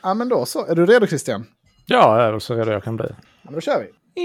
Ja, men då så. Är du redo, Christian? Ja, jag är så redo jag kan bli. Ja, men då kör vi.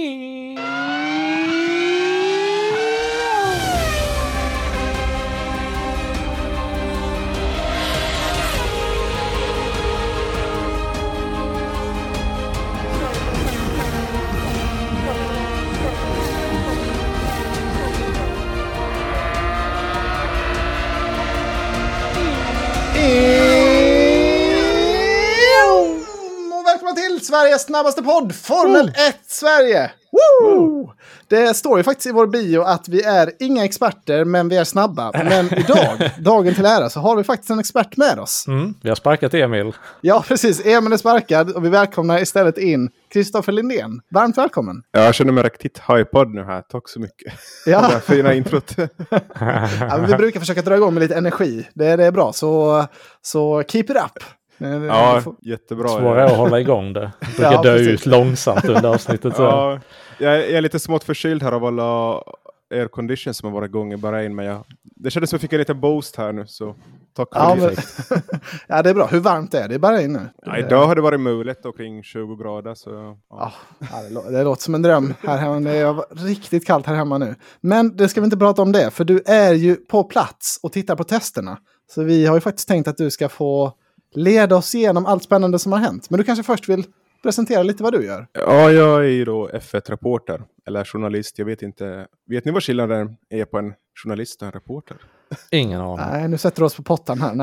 Välkomna till Sveriges snabbaste podd, Formel 1 Sverige! Woo! Det står ju faktiskt i vår bio att vi är inga experter, men vi är snabba. Men idag, dagen till ära, så har vi faktiskt en expert med oss. Vi har sparkat Emil. Ja, precis. Emil är sparkad och vi välkomnar istället in Kristoffer Lindén. Varmt välkommen. Jag känner mig riktigt hypad nu här. Tack så mycket. Ja. Det här fina introt. Ja, men vi brukar försöka dra igång med lite energi. Det är bra. Så keep it up. Ja, jättebra. Svårare att hålla igång det. Det brukar dö ut långsamt under avsnittet. Ja, jag är lite smått förkyld här av alla air condition som har varit igång i Bahrain. Men det kändes som att jag fick en liten boost här nu. Så tack för det. Ja, det är bra. Hur varmt är det i Bahrain nu? Ja, idag har det varit möjligt kring 20 grader. Så, ja. Det låter som en dröm här hemma. Det är riktigt kallt här hemma nu. Men det ska vi inte prata om det. För du är ju på plats och tittar på testerna. Så vi har ju faktiskt tänkt att du ska få leda oss igenom allt spännande som har hänt. Men du kanske först vill presentera lite vad du gör. Ja, jag är ju då F1-reporter. Eller journalist, jag vet inte. Vet ni vad skillnaden är på en journalist och en reporter? Ingen aning. Nej, nu sätter du oss på pottan här.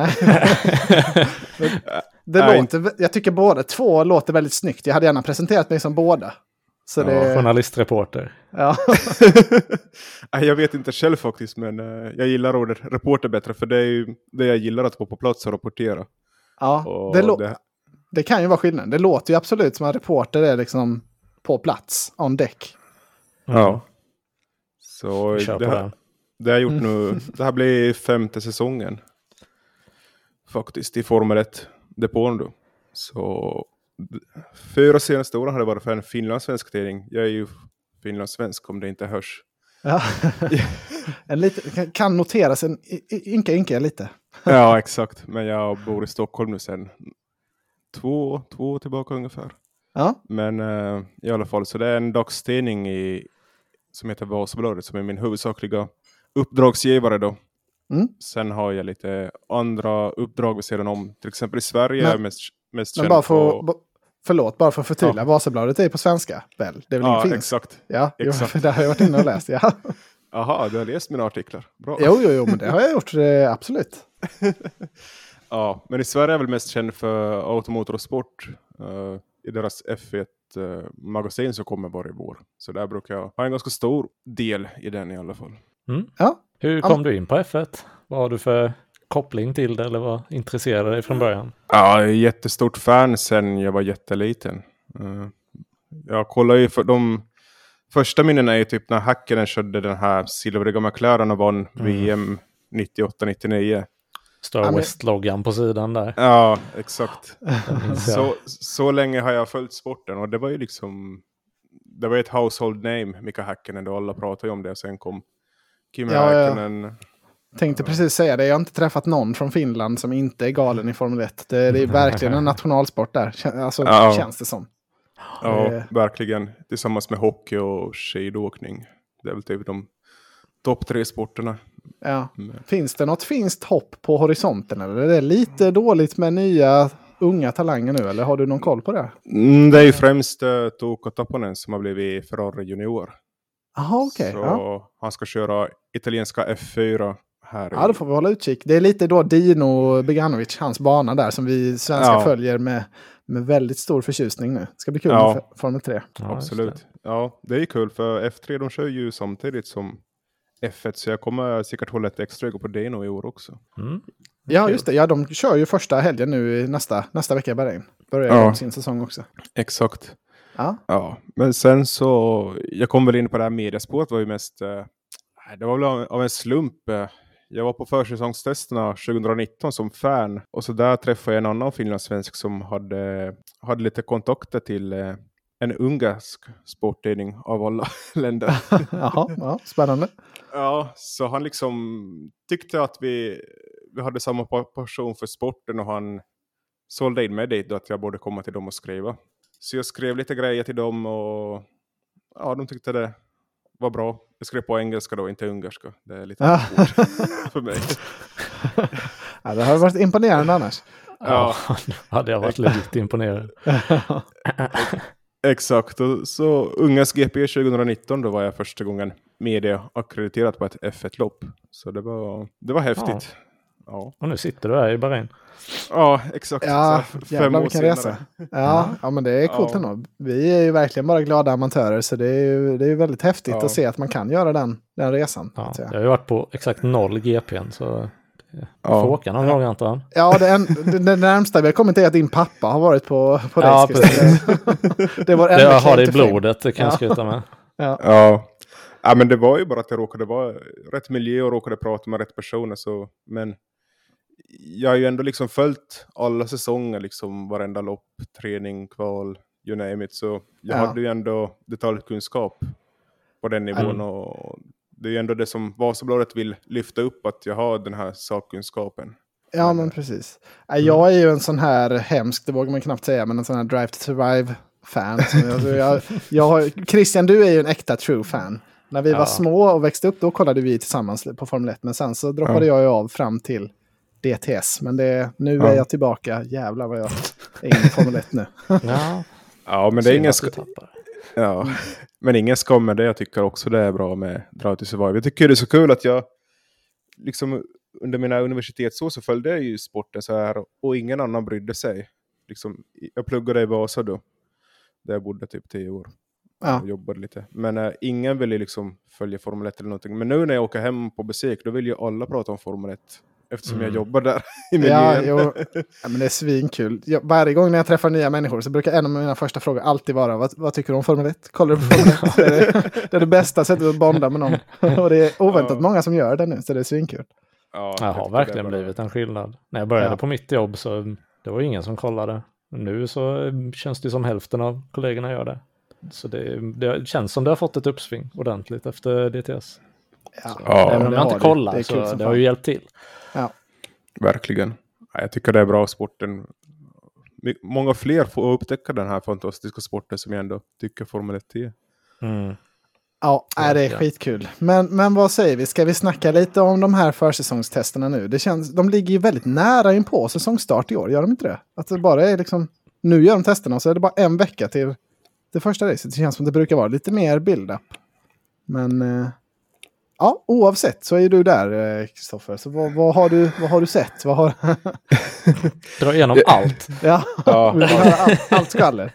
Nej. Jag tycker båda två låter väldigt snyggt. Jag hade gärna presenterat mig som båda. Så ja, det... Journalist-reporter. Ja. Jag vet inte själv faktiskt, men jag gillar ordet reporter bättre. För det är ju det jag gillar, att vara på plats och rapportera. Ja, det kan ju vara skillnad. Det låter ju absolut som att reporter är liksom på plats, on deck. Ja. Så det har gjort Mm. nu. Det här blir 5:e säsongen. Faktiskt i Formel 1-depån då. Så 4 senaste åren har det varit för en finlandssvensk tidning. Jag är ju finlandssvensk om det inte hörs. Ja. Kan noteras en ynka lite. Ja, exakt. Men jag bor i Stockholm nu sedan 2 år tillbaka ungefär. Ja. Men i alla fall, så det är en dagstidning som heter Vasabladet som är min huvudsakliga uppdragsgivare då. Mm. Sen har jag lite andra uppdrag vid sidan om. Till exempel i Sverige är jag mest känd Förlåt, bara för att förtydliga. Ja. Vasabladet är på svenska, väl? Det är väl ingen finns? Exakt. Ja, exakt. Jo, det har jag varit inne och läst. Ja. Aha, du har läst mina artiklar. Bra. Jo, men det har jag gjort, absolut. Ja, men i Sverige är jag väl mest känd för Automotor och Sport. I deras F1-magasin som kommer varje vår. Så där brukar jag ha en ganska stor del i den i alla fall. Mm. Ja. Hur kom du in på F1? Vad har du för koppling till det, eller vad intresserade dig från början? Ja, jag är jättestort fan sen jag var jätteliten. Jag kollar ju för de första minnena är ju typ när Häkkinen körde den här silvriga McLaren och vann VM 98-99. Ja, West-loggan på sidan där. Ja, exakt. så länge har jag följt sporten och det var ju liksom, det var ett household name, Mika Häkkinen, då alla pratade om det och sen kom Kimi Häkkinen. Tänkte precis säga det. Jag har inte träffat någon från Finland som inte är galen i Formel 1. Det är verkligen en nationalsport där. Alltså, känns det som. Ja, verkligen. Tillsammans med hockey och skidåkning. Det är väl typ de topp 3 sporterna. Ja. Finns det något finskt hopp på horisonten? Eller är det lite dåligt med nya unga talanger nu? Eller har du någon koll på det? Det är ju främst Touko Tapponen som har blivit Ferrari junior. Aha, okej. Så han ska köra italienska F4 här. Ja, då får vi hålla utkik. Det är lite då Dino Beganovic, hans bana där, som vi svenskar följer med väldigt stor förtjusning nu. Det ska bli kul med Formel 3. Ja, absolut. Ja, det är kul för F3 de kör ju samtidigt som F1, så jag kommer säkert hålla ett extra öga på Dino i år också. Mm. Ja, just det. Ja, de kör ju första helgen nu nästa vecka i Bahrain. Börjar sin säsong också. Exakt. Ja. Men sen så, jag kom väl in på det här mediaspåret, var ju mest, det var väl av en slump. Jag var på försäsongstesterna 2019 som fan. Och så där träffade jag en annan finlandssvensk som hade lite kontakter till en ungersk sporttidning av alla länder. Jaha, spännande. Ja, så han liksom tyckte att vi hade samma passion för sporten och han sålde in mig dit då att jag borde komma till dem och skriva. Så jag skrev lite grejer till dem och ja, de tyckte det var bra. Jag skrev på engelska då, inte ungerska. Det är lite svårt för mig. Ja, det har varit imponerande annars. Ja, hade jag varit lite imponerad. Exakt, och så Ungerns GP 2019 då var jag första gången media-akkrediterat på ett F1-lopp. Så det var häftigt. Ja. Och nu sitter du här i Bahrain. Ja, exakt. Ja, 5 år senare. resa. Ja, men det är coolt ändå. Vi är ju verkligen bara glada amatörer, så det är ju väldigt häftigt att se att man kan göra den resan. Ja, jag har ju varit på exakt 0 GP:n, så får åka någon gång, antar jag. Ja, det närmsta vi har kommit är att din pappa har varit på Ja, precis. Det var jag har det i blodet, det kan jag skryta med. Ja, men det var ju bara att jag råkade vara rätt miljö och råkade prata med rätt personer. Så, men jag har ju ändå liksom följt alla säsonger, liksom varenda lopp, träning, kval, you name it. Så jag hade ju ändå detaljkunskap på den nivån. Och det är ju ändå det som Vasabladet vill lyfta upp, att jag har den här sakkunskapen. Ja, men precis. Jag är ju en sån här hemsk, det vågar man knappt säga, men en sån här Drive to Survive-fan. Christian, du är ju en äkta true fan. När vi var små och växte upp, då kollade vi tillsammans på Formel 1. Men sen så droppade jag ju av fram till DTS. Men nu är jag tillbaka. Jävlar vad jag är inne i Formel 1 nu. Ja, men det är ingen men ingen skam med det. Jag tycker också det är bra med Drive to Survive. Jag tycker det är så kul att jag liksom under mina universitetsår så följde jag ju sporten så här och ingen annan brydde sig. Liksom, jag pluggade i Vasa då. Där jag bodde typ 10 år. Och jobbade lite. Men ingen ville liksom följa Formel 1 eller någonting. Men nu när jag åker hem på besök, då vill ju alla prata om Formel 1. Eftersom jag jobbar där i miljön. Ja, men det är svinkul. Varje gång när jag träffar nya människor så brukar en av mina första frågor alltid vara: vad tycker du om Formel 1? Kollar du på Formel 1? Det är det bästa sättet att bonda med någon. Och det är oväntat många som gör det nu, så det är svinkul. Ja, jag har verkligen blivit en skillnad. När jag började på mitt jobb så det var ingen som kollade. Nu så känns det som hälften av kollegorna gör det. Så det känns som det har fått ett uppsving ordentligt efter DTS. Även om jag inte kollar så det har ju hjälpt till. Ja. Verkligen. Jag tycker det är bra sporten. Många fler får upptäcka den här fantastiska sporten som jag ändå tycker Formel 1 är. Ja, det är skitkul. Men vad säger vi? Ska vi snacka lite om de här försäsongstesterna nu? De ligger ju väldigt nära in på säsongstart i år, gör de inte det? Att det bara är liksom, nu gör de testerna så är det bara en vecka till det första racet. Det känns som det brukar vara lite mer build-up. Men oavsett så är du där, Kristoffer. Så vad har du sett? Dra igenom allt. Allt skvaller.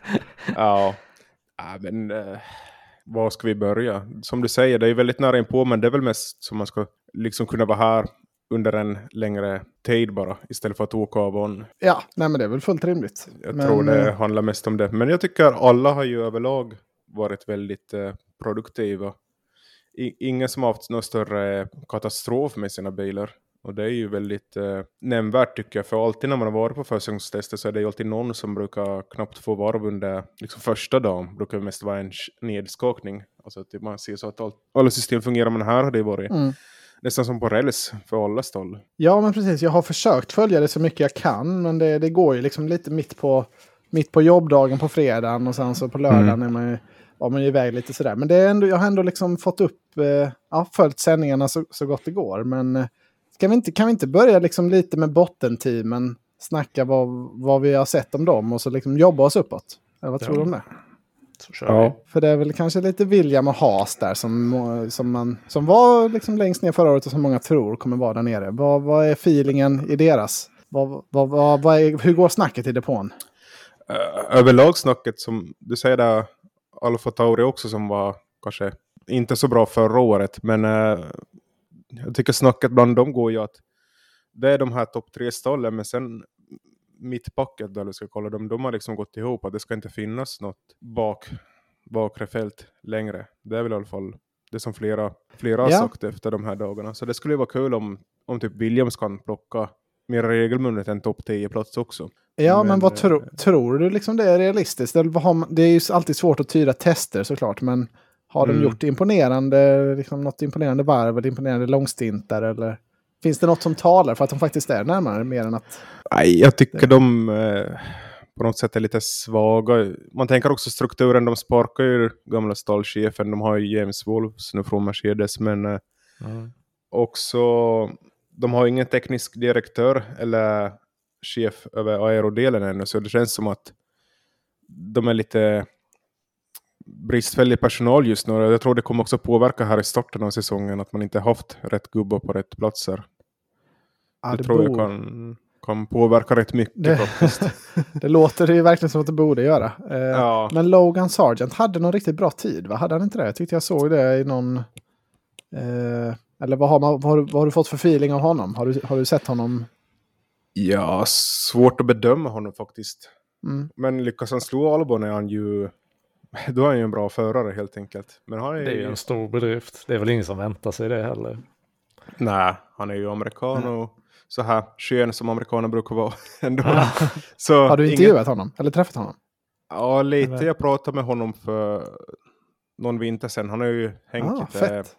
Men var ska vi börja? Som du säger, det är väldigt nära inpå, men det är väl mest som man ska liksom kunna vara här under en längre tid bara, istället för att åka av on. Ja, nej men det är väl fullt rimligt. Jag tror det handlar mest om det. Men jag tycker alla har ju överlag varit väldigt produktiva. Ingen som har haft någon större katastrof med sina bilar. Och det är ju väldigt nämnvärt tycker jag. För alltid när man har varit på försäsongstester så är det ju alltid någon som brukar knappt få varv under liksom första dagen. Brukar mest vara en nedskakning. Alltså att man ser så att alla system fungerar, men här har det varit nästan som på räls för alla stall. Ja, men precis. Jag har försökt följa det så mycket jag kan. Men det går ju liksom lite mitt på jobbdagen på fredagen. Och sen så på lördagen är man är iväg lite sådär. Men det är ändå, jag har ändå liksom fått upp, följt sändningarna så gott det går. Men kan vi inte börja liksom lite med bottenteamen? Snacka vad vi har sett om dem och så liksom jobba oss uppåt. Eller vad tror du om det? För det är väl kanske lite William och Haas där som var liksom längst ner förra året och som många tror kommer vara där nere. Vad är feelingen i deras? Hur går snacket i depån? Överlag snacket som du säger där, Alfa Tauri också som var kanske inte så bra förra året, men jag tycker snacket bland dem går ju att det är de här topp 3 stallen, men sen mittpacket där du ska kolla dem, de har liksom gått ihop att det ska inte finnas något bakre fält längre. Det är väl i alla fall det som flera har sagt efter de här dagarna. Så det skulle ju vara kul om typ Williams kan plocka mer regelbundet en topp 10-plats också. Ja, men vad tror du liksom det är realistiskt? Det är ju alltid svårt att tyda tester såklart, men har de gjort imponerande, liksom något imponerande varv eller imponerande långstintar eller Finns det något som talar för att de faktiskt är närmare mer än att... Nej, jag tycker de på något sätt är lite svaga. Man tänker också strukturen, de sparkar ju gamla stallchefen. De har ju James Wolves nu från Mercedes, men också de har ingen teknisk direktör eller chef över aerodelen ännu, så det känns som att de är lite bristfällig personal just nu. Jag tror det kommer också påverka här i starten av säsongen att man inte haft rätt gubbar på rätt platser. Ja, det tror jag kan påverka rätt mycket faktiskt. Det låter ju verkligen som att det borde göra. Ja. Men Logan Sargent hade någon riktigt bra tid, va? Hade han inte det? Jag tyckte jag såg det i någon... eller vad har du fått för feeling av honom? Har du sett honom? Ja, svårt att bedöma honom faktiskt. Men lyckas han slå Albon är han ju... Då är han ju en bra förare helt enkelt. Men han är det är ju en stor bedrift. Det är väl ingen som väntar sig det heller. Nej, han är ju amerikan och så här skön som amerikaner brukar vara. Ändå. Så har du intervjuat honom? Eller träffat honom? Ja, lite. Eller? Jag pratade med honom för någon vinter sedan. Han har ju hängt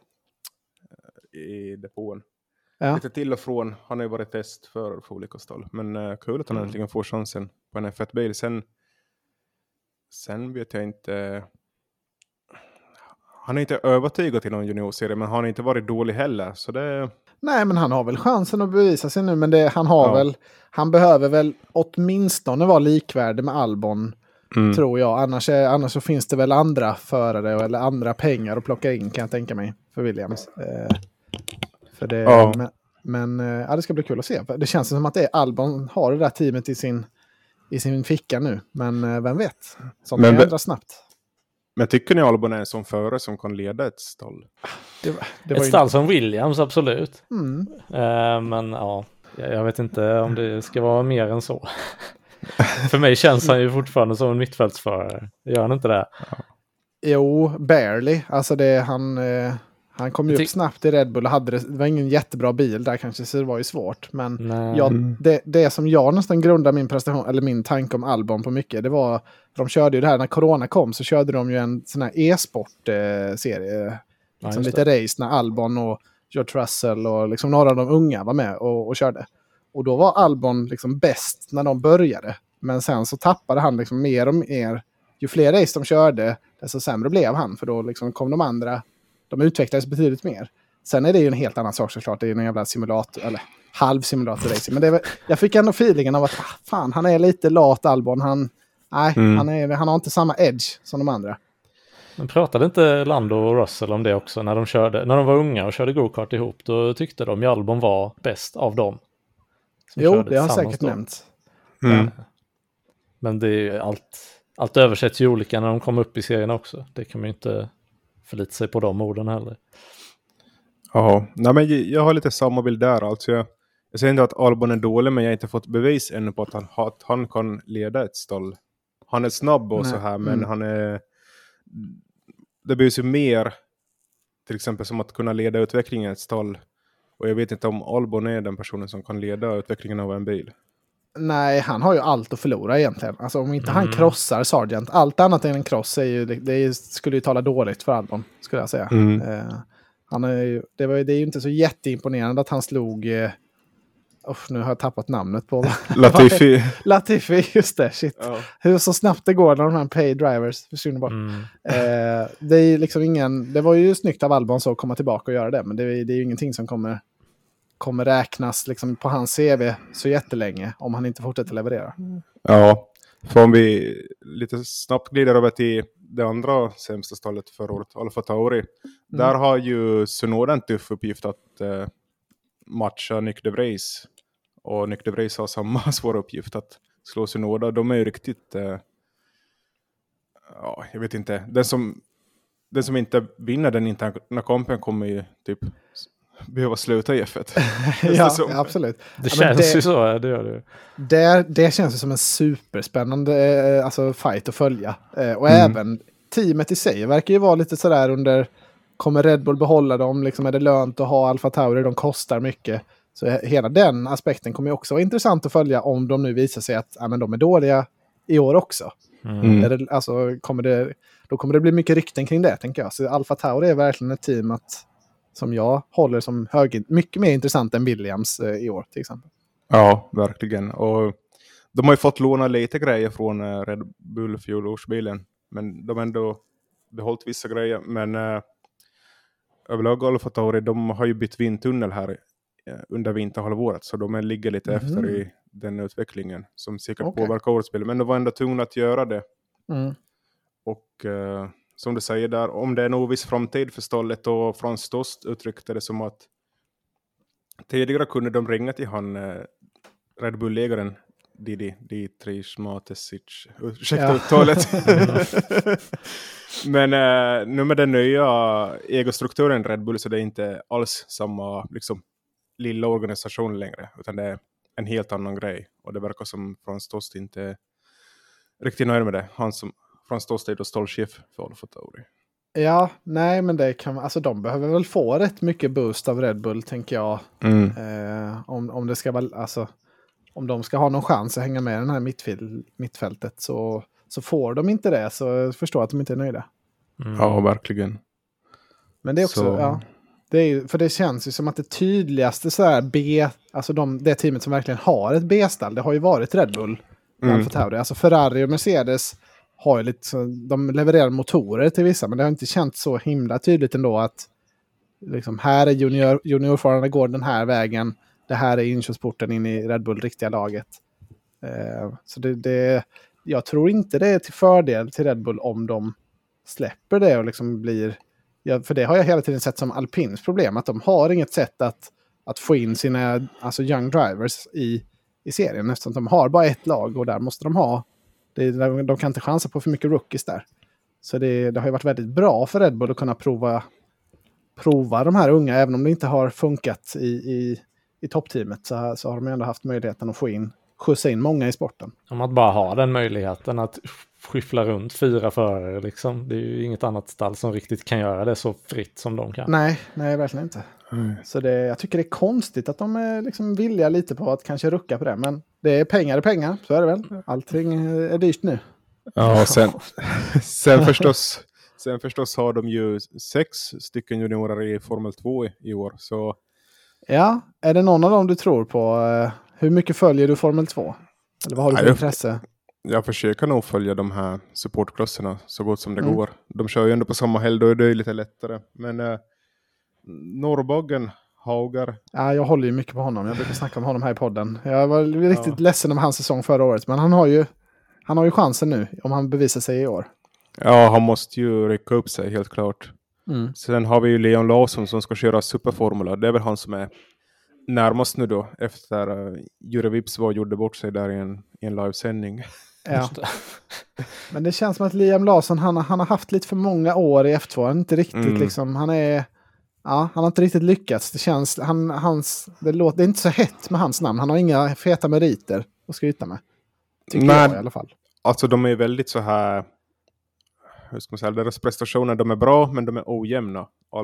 i depån. Ja. Lite till och från. Han har ju varit test för olika stall. Men kul att han äntligen får chansen på en F1-bil. Sen vet jag inte... Han är inte övertygad till någon juniorserie, men han har inte varit dålig heller. Så det... Nej, men han har väl chansen att bevisa sig nu. Men han behöver väl åtminstone vara likvärdig med Albon, tror jag. Annars så finns det väl andra förare eller andra pengar att plocka in, kan jag tänka mig, för Williams. För det, men det ska bli kul att se. Det känns som att Albon har det där teamet i sin ficka nu. Men vem vet? Sånt kan ändras snabbt. Men tycker ni Albon är en sån förare som kan leda ett stall? Ett stall som Williams, absolut. Men ja, jag vet inte om det ska vara mer än så. För mig känns han ju fortfarande som en mittfältsförare. Gör han inte det? Jo, barely. Alltså han kom ju upp snabbt i Red Bull och det var ingen jättebra bil där kanske, så det var ju svårt. Men det som jag nästan grundar min prestation, eller min tanke om Albon på mycket, det var, de körde ju det här när corona kom, så körde de ju en sån här e-sport-serie. Liksom lite race när Albon och George Russell och liksom några av de unga var med och körde. Och då var Albon liksom bäst när de började. Men sen så tappade han liksom mer och mer. Ju fler race de körde, desto sämre blev han. För då liksom kom de andra... De utvecklades betydligt mer. Sen är det ju en helt annan sak såklart. Det är en jävla simulator, eller halvsimulator racing. Men jag fick ändå feelingen av att fan, han är lite lat, Albon. Han har inte samma edge som de andra. Men pratade inte Lando och Russell om det också när de var unga och körde go-kart ihop? Då tyckte de ju Albon var bäst av dem. Jo, det har säkert nämnts. Men det är ju allt översätts ju olika när de kommer upp i serien också. Det kan man ju inte förlita sig på de orden heller. Ja, men jag har lite samma bild där. Alltså jag säger inte att Albon är dålig, men jag har inte fått bevis ännu på att han kan leda ett stall. Han är snabb och så här, men han är... Det behövs ju mer, till exempel som att kunna leda utvecklingen i ett stall. Och jag vet inte om Albon är den personen som kan leda utvecklingen av en bil. Nej, han har ju allt att förlora egentligen. Alltså om inte han krossar Sargent, allt annat än en kross skulle ju tala dåligt för Albon, skulle jag säga. Det är ju inte så jätteimponerande att han slog... nu har jag tappat namnet på Latifi. Latifi, just det, shit. Ja. Hur så snabbt det går när de här pay drivers försvinner bort. Det är liksom det var ju snyggt av Albon så att komma tillbaka och göra det, men det är ju ingenting som kommer räknas liksom på hans CV så jättelänge om han inte fortsätter leverera. Ja, för om vi lite snabbt glider över till det andra sämsta stallet för året, Alfa Tauri. Där har ju Tsunoda en tuff uppgift att matcha Nyck de Vries. Och Nyck de Vries har samma svåra uppgift att slå Tsunoda. De är ju riktigt... jag vet inte. Den som inte vinner den interna kampen kommer ju typ behöva sluta i F1. Ja, absolut. Det känns ju så. Det gör det. Det känns ju som en superspännande fight att följa. Och även teamet i sig verkar ju vara lite sådär under... Kommer Red Bull behålla dem? Liksom, är det lönt att ha Alfa Tauri? De kostar mycket. Så hela den aspekten kommer ju också vara intressant att följa om de nu visar sig att de är dåliga i år också. Då kommer det bli mycket rykten kring det, tänker jag. Så Alfa Tauri är verkligen ett team att som jag håller som mycket mer intressant än Williams i år till exempel. Ja, verkligen. Och de har ju fått låna lite grejer från Red Bull fjolårsbilen. Men de har ändå behållit vissa grejer. Men överlag Alfa Tauri, de har ju bytt vindtunnel här under vinterhalvåret. Så de ligger lite efter i den utvecklingen som säkert påverkar årets bil. Men de var ändå tvungna att göra det. Mm. Och som du säger där, om det är en oviss framtid för stallet, och Frans Tost uttryckte det som att tidigare kunde de ringa till han Red Bull-ägaren Dietrich Mateschitz. Ursäkta uttalet. Men nu med den nya egostrukturen Red Bull, så det är inte alls samma liksom lilla organisation längre, utan det är en helt annan grej. Och det verkar som Frans Tost inte är riktigt nöjd med det. Frans Tost är då stallchef för Alfa Tauri. Ja, nej, men det kan, alltså de behöver väl få rätt mycket boost av Red Bull, tänker jag. Om det ska vara, alltså, om de ska ha någon chans att hänga med i den här mittfältet, så får de inte det, så förstår att de inte är nöjda. Ja, verkligen. Men det är också, det är ju, för det känns ju som att det tydligaste så här alltså det teamet som verkligen har ett B-stall, det har ju varit Red Bull. Alfa Tauri. Alltså Ferrari och Mercedes har ju lite, de levererar motorer till vissa, men det har inte känts så himla tydligt ändå att liksom, här är juniorförarna går den här vägen, det här är inkörsporten in i Red Bull riktiga laget. Så jag tror inte det är till fördel till Red Bull om de släpper det och liksom blir, för det har jag hela tiden sett som Alpins problem, att de har inget sätt att få in sina alltså young drivers i serien, nästan de har bara ett lag och där måste de ha de kan inte chansa på för mycket rookies där. Så det har ju varit väldigt bra för Red Bull att kunna prova de här unga, även om det inte har funkat i toppteamet, så har de ändå haft möjligheten att skjutsa in många i sporten. Om att bara ha den möjligheten att skyffla runt 4 förare liksom. Det är ju inget annat stall som riktigt kan göra det så fritt som de kan. Nej, verkligen inte. Så jag tycker det är konstigt att de är liksom villiga lite på att kanske rucka på det, men det är pengar, så är det väl. Allting är dyrt nu. Ja, sen förstås har de ju 6 stycken juniorer i Formel 2 i år. Så. Ja, är det någon av dem du tror på? Hur mycket följer du Formel 2? Eller vad har du för intresse? Jag försöker nog följa de här supportklasserna så gott som det går. De kör ju ändå på samma helg, då är det lite lättare. Men Norrbaggen, Hauger. Ja, jag håller ju mycket på honom. Jag brukar snacka om honom här i podden. Jag var riktigt ledsen om hans säsong förra året, men han har ju chansen nu om han bevisar sig i år. Ja, han måste ju rycka upp sig helt klart. Sen har vi ju Leon Larsson som ska köra superformula. Det är väl han som är närmast nu då, efter Jure Vips gjorde bort sig där i en livesändning. Ja. Men det känns som att Liam Larsson, han har haft lite för många år i F2. Han är inte riktigt liksom, han har inte riktigt lyckats. Det känns, det är inte så hett med hans namn. Han har inga feta meriter att skryta med. Tycker jag i alla fall. Alltså de är väldigt så här, hur ska man säga, deras prestationer, de är bra men de är ojämna.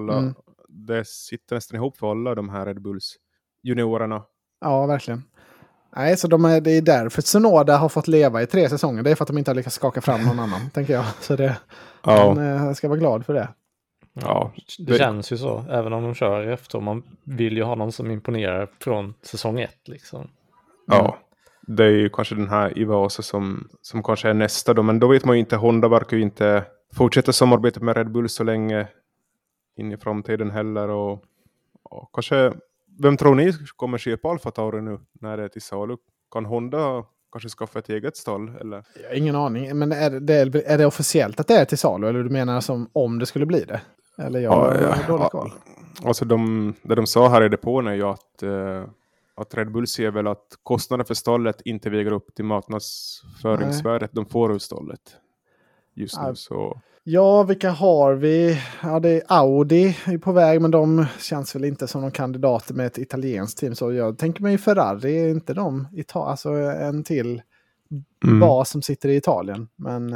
Det sitter nästan ihop för alla de här Red Bulls juniorerna. Ja, verkligen. Nej, så det är därför Tsunoda har fått leva i 3 säsonger. Det är för att de inte har lyckats skaka fram någon annan, tänker jag. Så man ska vara glad för det. Ja, det känns ju så. Även om de kör efter. Man vill ju ha någon som imponerar från säsong 1 liksom. Ja, det är ju kanske den här Iwasa som kanske är nästa då. Men då vet man ju inte, Honda verkar ju inte fortsätta samarbetet med Red Bull så länge in i framtiden heller. Och kanske, vem tror ni kommer köpa Alfa Tauri nu när det är till salu? Kan Honda kanske skaffa ett eget stall? Eller? Jag har ingen aning. Men är det officiellt att det är till salu? Eller du menar som om det skulle bli det? Eller jag har dålig koll. Alltså det de sa här i depån är ju att Red Bull ser väl att kostnaden för stallet inte väger upp till marknadsföringsvärdet de får ur stallet just nu. Så. Ja, vilka har vi? Ja, det är Audi på väg, men de känns väl inte som någon kandidater med ett italienskt team. Så jag tänker mig Ferrari, är inte de alltså en till bas som sitter i Italien. Men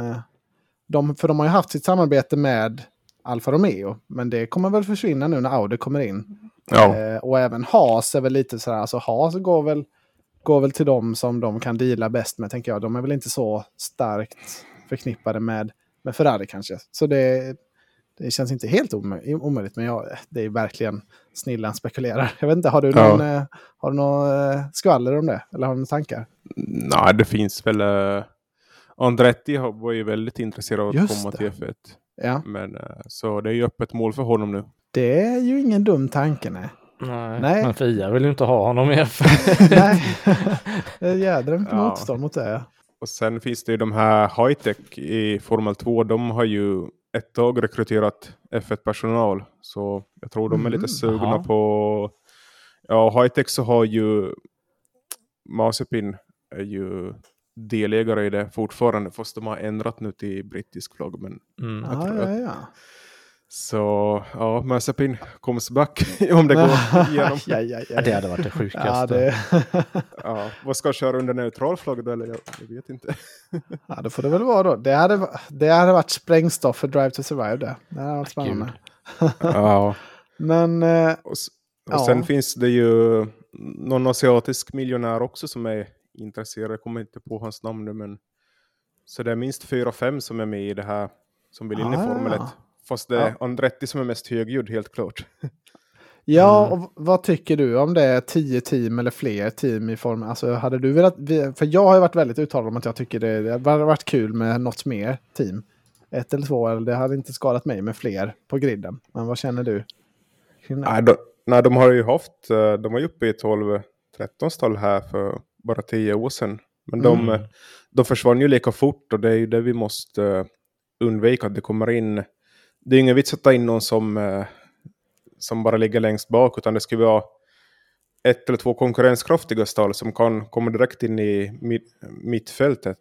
för de har ju haft sitt samarbete med Alfa Romeo, men det kommer väl försvinna nu när Audi kommer in. Ja. Och även Haas är väl lite sådär, alltså Haas går väl till dem som de kan deala bäst med, tänker jag. De är väl inte så starkt förknippade med Ferrari kanske. Så det Det känns inte helt omöjligt, men det är verkligen snillan spekulerar. Jag vet inte, har du någon skvaller om det? Eller har du några tankar? Nej, det finns väl... Andretti var ju väldigt intresserad av att komma till F1. Ja. Men, så det är ju öppet mål för honom nu. Det är ju ingen dum tanke, nej. Nej. Men FIA vill ju inte ha honom i F1. Nej, det är jädra motstånd mot det. Och sen finns det ju de här Hightech i Formel 2. De har ju ett tag rekryterat F1-personal. Så jag tror de är lite sugna på... Ja, Hightech så har ju Mazepin är ju delägare i det fortfarande. Fast de har ändrat nu till brittisk flagg. Men ja. Så ja, Mazepin comes back om det går igenom. Ja, det hade varit det sjukaste. Vad ska jag köra under neutral flagg då? Eller jag vet inte. Ja, det får det väl vara då. Det hade varit sprängstoff för Drive to Survive det. Det hade varit spännande. Ja. Men... och sen finns det ju någon asiatisk miljonär också som är intresserad. Jag kommer inte på hans namn nu, men så det är minst 4-5 som är med i det här som vill in i Formel 1. Fast det är Andretti som är mest högljudd, helt klart. Ja, och vad tycker du om det är 10 team eller fler team i Formel? Alltså hade du velat, för jag har ju varit väldigt uttalad om att jag tycker det hade varit kul med något mer team. 1 eller 2, eller det hade inte skadat mig med fler på griden. Men vad känner du? Nej, de har ju haft, de var ju uppe i 12-13 stall här för bara 10 år sedan. Men de försvann ju lika fort, och det är ju det vi måste undvika, att det kommer in. Det är ingen vits att ta in någon som bara ligger längst bak, utan det ska vara 1 eller 2 konkurrenskraftiga stall som kan komma direkt in i mittfältet.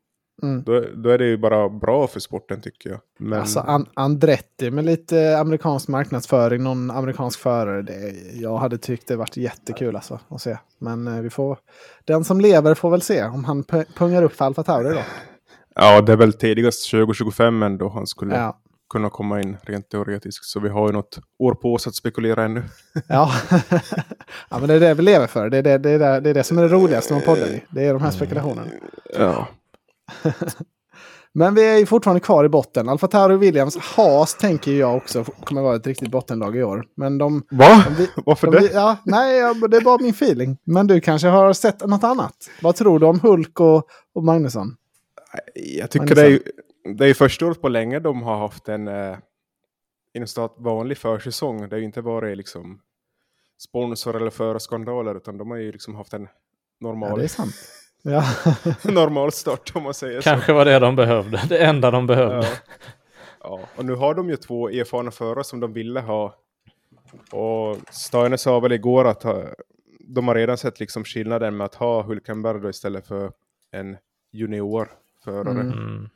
Då är det ju bara bra för sporten, tycker jag. Men... Alltså Andretti med lite amerikansk marknadsföring, någon amerikansk förare, jag hade tyckt det varit jättekul alltså, att se. Men den som lever får väl se om han pungar upp för Alfa Tauri då. Ja, det är väl tidigast 2025 ändå han skulle kunna komma in rent teoretiskt. Så vi har ju något år på oss att spekulera ännu. Ja, men det är det vi lever för. Det är det som är det roligaste med podden. Det är de här spekulationerna. Ja. Men vi är ju fortfarande kvar i botten. Alfa Tauri och Williams, Haas tänker jag också kommer vara ett riktigt bottenlag i år. Men Varför det? Det är bara min feeling. Men du kanske har sett något annat. Vad tror du om Hulk och Magnusson? Jag tycker det är ju första året på länge de har haft en vanlig försäsong. Det har ju inte varit liksom sponsor eller förarskandaler, utan de har ju liksom haft en normal... Ja, det är sant. Ja. normal start, om man säger Kanske så. var det de behövde. Det enda de behövde. Ja, och nu har de ju 2 erfarna förare som de ville ha. Och Steiner sa väl igår att de har redan sett liksom skillnaden med att ha Hülkenberg istället för en juniorförare.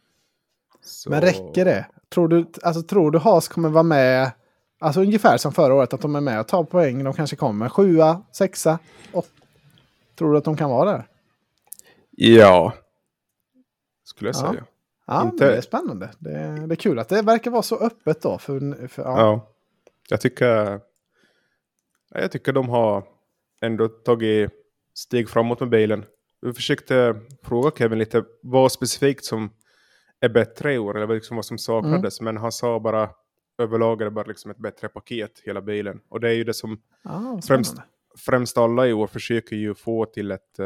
Men räcker det? Tror du Haas kommer vara med, alltså ungefär som förra året, att de är med och tar poäng? De kanske kommer 7, 6, 8. Tror du att de kan vara där? Ja, skulle jag säga. Ja, det är spännande. Det är kul att det verkar vara så öppet då. Ja, jag tycker de har ändå tagit steg framåt med bilen. Jag försökte fråga Kevin lite vad specifikt som är bättre i år, eller liksom vad som saknades. Men han sa bara överlag är det bara liksom ett bättre paket, hela bilen. Och det är ju det som främst alla i år försöker ju få till ett...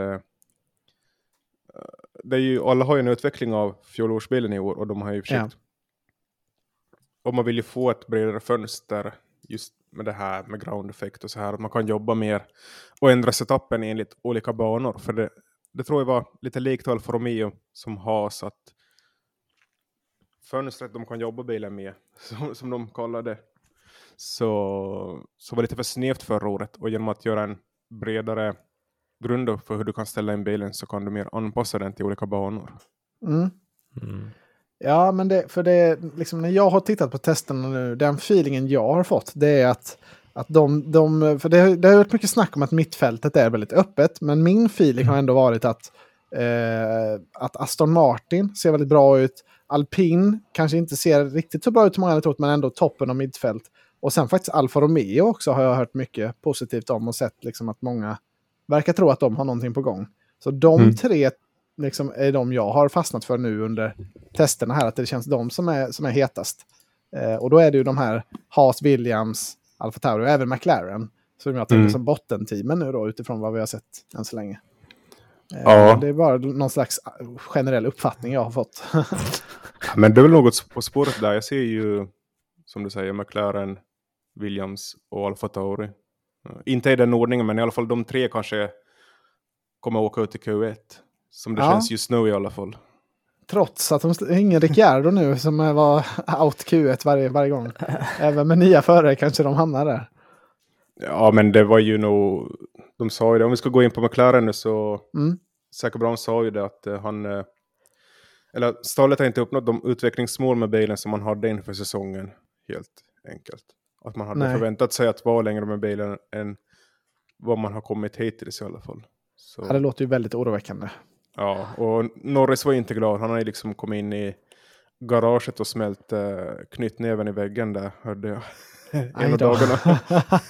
det är ju, alla har ju en utveckling av fjolårsbilen i år, och de har ju försökt. Och man vill ju få ett bredare fönster just med det här med ground effect och så här, att man kan jobba mer och ändra setupen enligt olika banor. För det tror jag var lite likt Alfa Romeo som har så att fönstret de kan jobba bilen med, som de kallar det, så var det lite för snävt förra året, och genom att göra en bredare grund för hur du kan ställa in bilen så kan du mer anpassa den till olika banor. Ja, men det liksom, när jag har tittat på testerna nu, den feelingen jag har fått, det är att för det har varit mycket snack om att mittfältet är väldigt öppet, men min feeling har ändå varit att Aston Martin ser väldigt bra ut. Alpin kanske inte ser riktigt så bra ut som många hade trott, men ändå toppen av mittfält. Och sen faktiskt Alfa Romeo också har jag hört mycket positivt om och sett liksom att många verkar tro att de har någonting på gång. Så de 3 liksom är de jag har fastnat för nu under testerna här, att det känns de som är hetast. Och då är det ju de här Haas, Williams, Alfa Tauri och även McLaren. Som jag tänker som bottenteamen nu då, utifrån vad vi har sett än så länge. Det är bara någon slags generell uppfattning jag har fått. Men det är väl något på spåret där. Jag ser ju, som du säger, McLaren, Williams och Alfa Tauri. Inte i den ordningen, men i alla fall de tre kanske kommer åka ut i Q1. Som det känns just nu i alla fall. Trots att de ingen Ricciardo nu som var out Q1 varje gång. Även med nya förare kanske de hamnar där. Ja, men det var ju nog... De sa ju det. Om vi ska gå in på McLaren nu så... Zach Brown sa ju det att han... Eller stallet har inte uppnått de utvecklingsmål med bilen som man hade inför säsongen. Helt enkelt. Att man hade förväntat sig att vara längre med bilen än vad man har kommit hittills i alla fall. Så. Ja, det låter ju väldigt oroväckande. Ja, och Norris var inte glad. Han har ju liksom kommit in i garaget och smält knytnäven i väggen där, hörde jag. En av dagarna.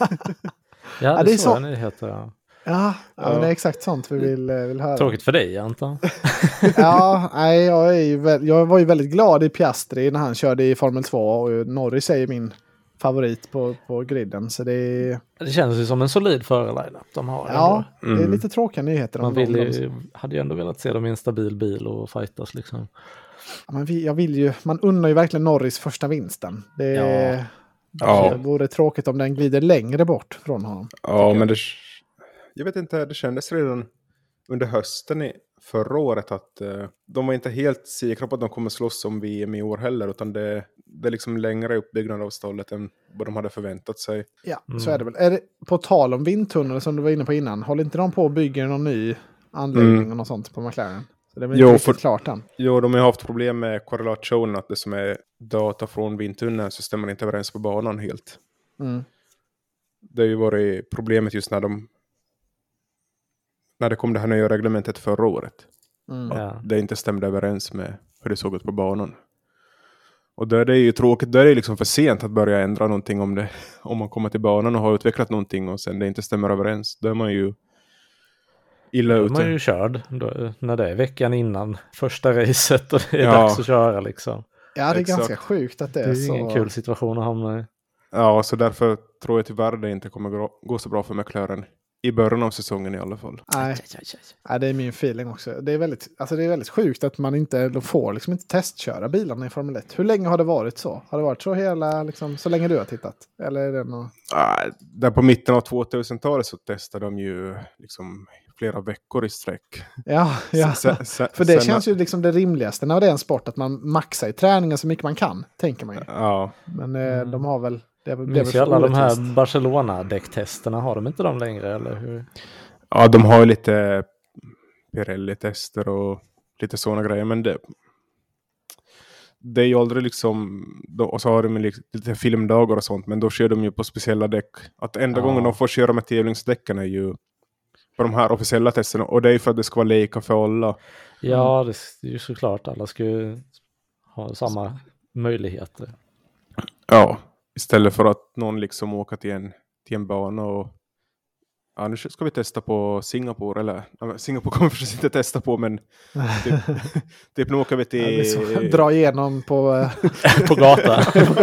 Ja, det är så nyheter. Ja, men det är exakt sånt vi vill höra. Tråkigt för dig, Anton. Ja, nej, jag var ju väldigt glad i Piastri när han körde i Formel 2 och Norris är ju min favorit på griden. Så det känns ju som en solid förarline de har. Ja, det är lite tråkiga nyheter. Man hade ju ändå velat se dem i en stabil bil och fightas liksom. Ja, man unnar ju verkligen Norris första vinsten. Det vore tråkigt om den glider längre bort från honom. Ja, men jag vet inte, det kändes redan under hösten förra året att de var inte helt säkra på att de kommer slåss om VM i år heller, utan det är liksom längre uppbyggnad av stallet än vad de hade förväntat sig. Ja, så är det väl. Är det, på tal om vindtunnel som du var inne på innan, håller inte de på att bygga någon ny anläggning och något sånt på McLaren? Så det är väl inte riktigt klart än. Jo, de har haft problem med korrelationen, att det som är data från vindtunneln så stämmer inte överens på banan helt. Det har ju varit problemet just när det kom det här nya reglementet förra året. Det inte stämde överens med hur det såg ut på banan. Och där är det ju tråkigt. Där är det liksom för sent att börja ändra någonting om man kommer till banan och har utvecklat någonting och sen det inte stämmer överens. Då är man ju illa ute. Då är man ju körd när det är veckan innan första racet och det är dags att köra liksom. Ja, det är ganska sjukt att det är så. Det är ingen kul situation att hamna i. Ja, så därför tror jag tyvärr det inte kommer gå så bra för McLaren. I början av säsongen i alla fall. Nej, det är min feeling också. Det är väldigt sjukt att man inte får liksom inte testköra bilarna i Formel 1. Hur länge har det varit så? Har det varit så hela, liksom, så länge du har tittat? Eller är det något... Där på mitten av 2000-talet så testade de ju liksom flera veckor i sträck. Ja. För det känns ju liksom det rimligaste när det är en sport, att man maxar i träningen så mycket man kan, tänker man ju. Ja. Men de har väl... Minns ju alla de här Barcelona-däcktesterna, har de inte dem längre eller hur? Ja, de har ju lite Pirelli-tester och lite sådana grejer, men det är ju aldrig liksom, och så har de lite filmdagar och sånt, men då kör de ju på speciella däck. Att enda gången de får köra med tävlingsdäcken är ju på de här officiella testerna, och det är ju för att det ska vara lika för alla. Ja, det är ju såklart, alla ska ju ha samma möjligheter. Ja. Istället för att någon liksom åker till en bana och nu ska vi testa på Singapore. Eller Singapore kommer förstås inte testa på, men typ nu åker vi till... dra igenom på gatan.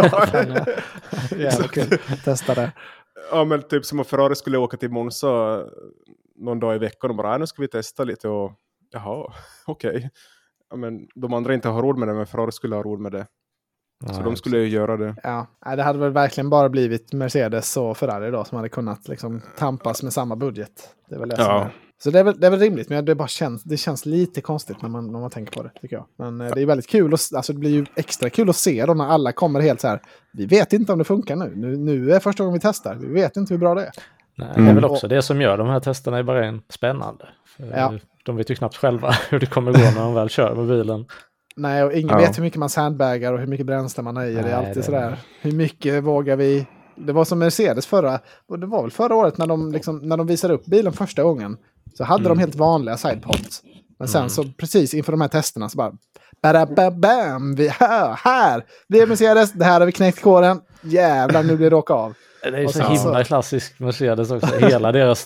Testa det. Ja, men typ som att Ferrari skulle åka till Monza någon dag i veckan och bara, nu ska vi testa lite och jaha, okej. Ja, men de andra inte har råd med det, men Ferrari skulle ha råd med det. Så de skulle ju göra det. Ja, det hade väl verkligen bara blivit Mercedes och Ferrari då som hade kunnat liksom tampas med samma budget. Det är väl det som är. Så det är väl rimligt, men det känns lite konstigt när man tänker på det, tycker jag. Men det är väldigt kul, alltså det blir ju extra kul att se då när alla kommer helt så här, vi vet inte om det funkar nu är första gången vi testar, vi vet inte hur bra det är. Nej, det är väl också det som gör de här testerna i Bahrain spännande. De vet ju knappt själva hur det kommer gå när de väl kör med bilen. Nej, och ingen vet hur mycket man sandbaggar och hur mycket bränsle man har i. Det är alltid sådär. Hur mycket vågar vi? Det var som Mercedes förra året när de visade upp bilen första gången. Så hade de helt vanliga sidepods. Men sen så precis inför de här testerna så bara bam, vi här. Det är Mercedes, det här har vi knäckt kåren. Jävlar, nu blir det åka av. Det är ju så himla klassisk Mercedes också. Hela deras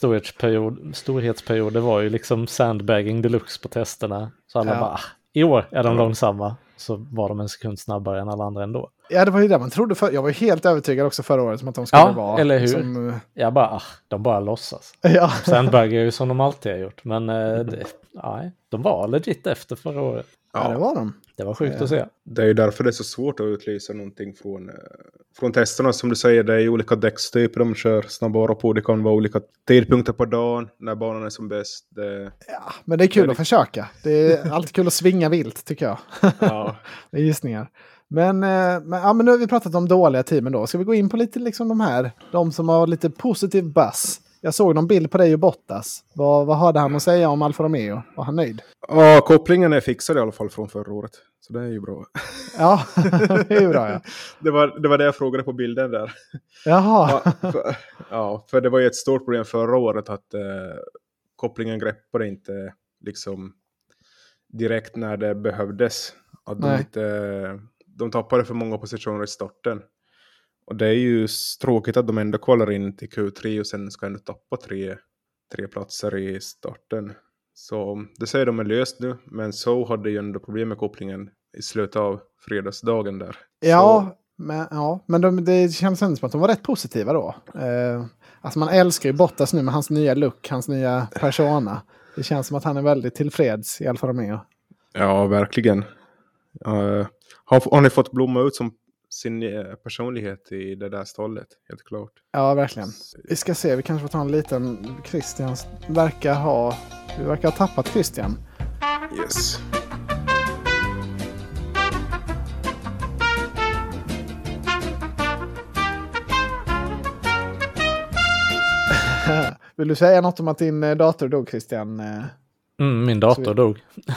storhetsperiod, det var ju liksom sandbagging deluxe på testerna. Så alla bara, i år är de långsamma. så var de en sekund snabbare än alla andra ändå. Ja, det var ju det man trodde. Jag var helt övertygad också förra året som att de skulle vara. Eller hur? Som... De bara låtsas. Ja. Sandberg är ju som de alltid har gjort. Men de var legit efter förra året. Ja, det var de. Det var sjukt att se. Det är ju därför det är så svårt att utlysa någonting från testerna. Som du säger, det är olika däckstyper de kör snabbare på. Det kan vara olika tidpunkter på dagen när banan är som bäst. Ja, men det är kul att försöka. Det är alltid kul att svinga vilt, tycker jag. Ja. Det är gissningar. Men nu har vi pratat om dåliga teamen då. Ska vi gå in på lite liksom de som har lite positiv buzz? Jag såg någon bild på dig och Bottas. Vad hade han att säga om Alfa Romeo? Var han nöjd? Ja, kopplingen är fixad i alla fall från förra året. Så det är ju bra. Ja, det är ju bra, ja. Det var det jag frågade på bilden där. Jaha. För det var ju ett stort problem förra året att kopplingen greppade inte liksom direkt när det behövdes. Att de tappade för många positioner i starten. Och det är ju tråkigt att de ändå kvalar in till Q3 och sen ska ändå tappa tre platser i starten. Så det säger de är löst nu. Men så hade ju ändå problem med kopplingen i slutet av fredagsdagen där. Men det känns ändå som att de var rätt positiva då. Alltså man älskar ju Bottas nu med hans nya look, hans nya persona. Det känns som att han är väldigt tillfreds i Alfa Romeo. Ja, verkligen. Har ni fått blomma ut som sin personlighet i det där stallet, helt klart. Ja, verkligen. Vi ska se, vi kanske får ta en liten... Christian verkar ha tappat Christian. Yes. Vill du säga något om att din dator dog, Christian? Min dator dog.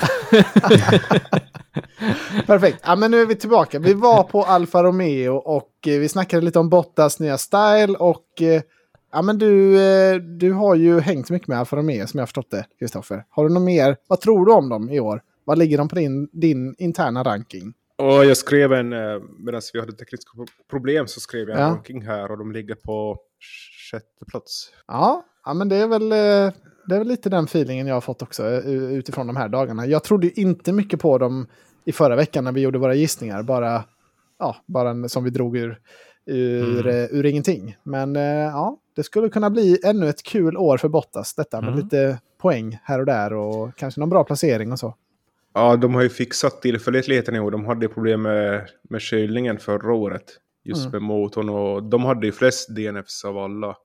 Perfekt. Ja, men nu är vi tillbaka. Vi var på Alfa Romeo och vi snackade lite om Bottas nya style och men du har ju hängt mycket med Alfa Romeo som jag har förstått det, Kristoffer. Har du något mer? Vad tror du om dem i år? Vad ligger de på din interna ranking? Och jag skrev medan vi hade tekniska problem så skrev jag en ranking här och de ligger på 6:e plats. Ja, men det är väl lite den feelingen jag har fått också utifrån de här dagarna. Jag trodde ju inte mycket på dem i förra veckan när vi gjorde våra gissningar. Bara som vi drog ur ingenting. Men det skulle kunna bli ännu ett kul år för Bottas. Detta med lite poäng här och där och kanske någon bra placering och så. Ja, de har ju fixat tillförlitligheten i år. De hade problem med kylningen förra året. Just med motorn. Och de hade ju flest DNFs av alla.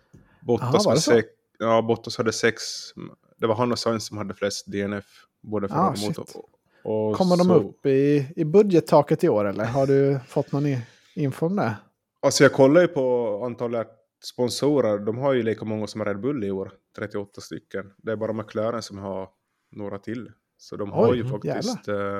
Bottas hade 6. Det var han och Sainz som hade flest DNF. Både för och motor. Och kommer de upp i budgettaket i år eller? Har du fått någon info om det? Alltså jag kollar ju på antalet sponsorer. De har ju lika många som Red Bull i år. 38 stycken. Det är bara McLaren som har några till. Så de har ju faktiskt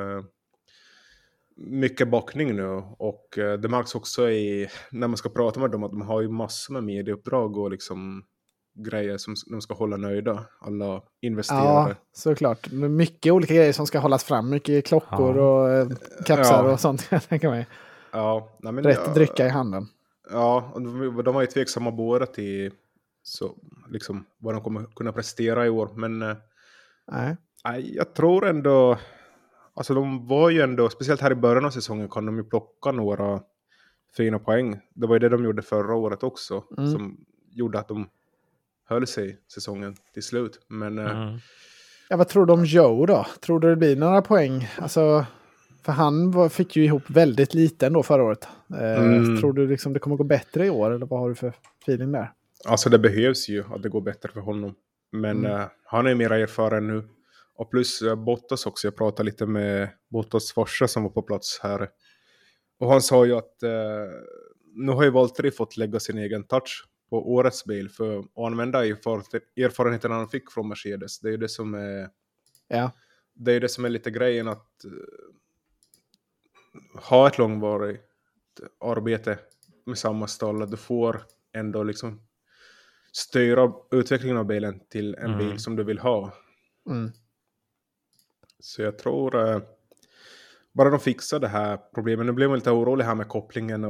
mycket backning nu. Och det märks också när man ska prata med dem att de har ju massor med medieuppdrag och liksom grejer som de ska hålla nöjda. Alla investerare. Ja, såklart. Mycket olika grejer som ska hållas fram. Mycket klockor och kapsar och sånt. Jag tänker mig. Ja, rätt drycka i handen. Ja, och de har ju tveksamma båda till så, liksom, vad de kommer kunna prestera i år. Men jag tror ändå... Alltså de var ju ändå, speciellt här i början av säsongen kan de ju plocka några fina poäng. Det var ju det de gjorde förra året också. Som gjorde att de höll sig säsongen till slut. Men... vad tror du om Joe då? Tror du det blir några poäng? Alltså, för han fick ju ihop väldigt lite ändå förra året. Tror du liksom det kommer gå bättre i år? Eller vad har du för feeling där? Alltså det behövs ju att det går bättre för honom. Men han är mer erfaren nu. Och plus Bottas också. Jag pratade lite med Bottas farsa som var på plats här. Och han sa ju att nu har ju Valtteri fått lägga sin egen touch på årets bil. För att använda erfarenheten han fick från Mercedes. Det är ju det som är... Ja. Det är det som är lite grejen att ha ett långvarigt arbete med samma stall. Du får ändå liksom styra utvecklingen av bilen till en bil som du vill ha. Så jag tror bara de fixar det här problemet. Nu blev man lite orolig här med kopplingen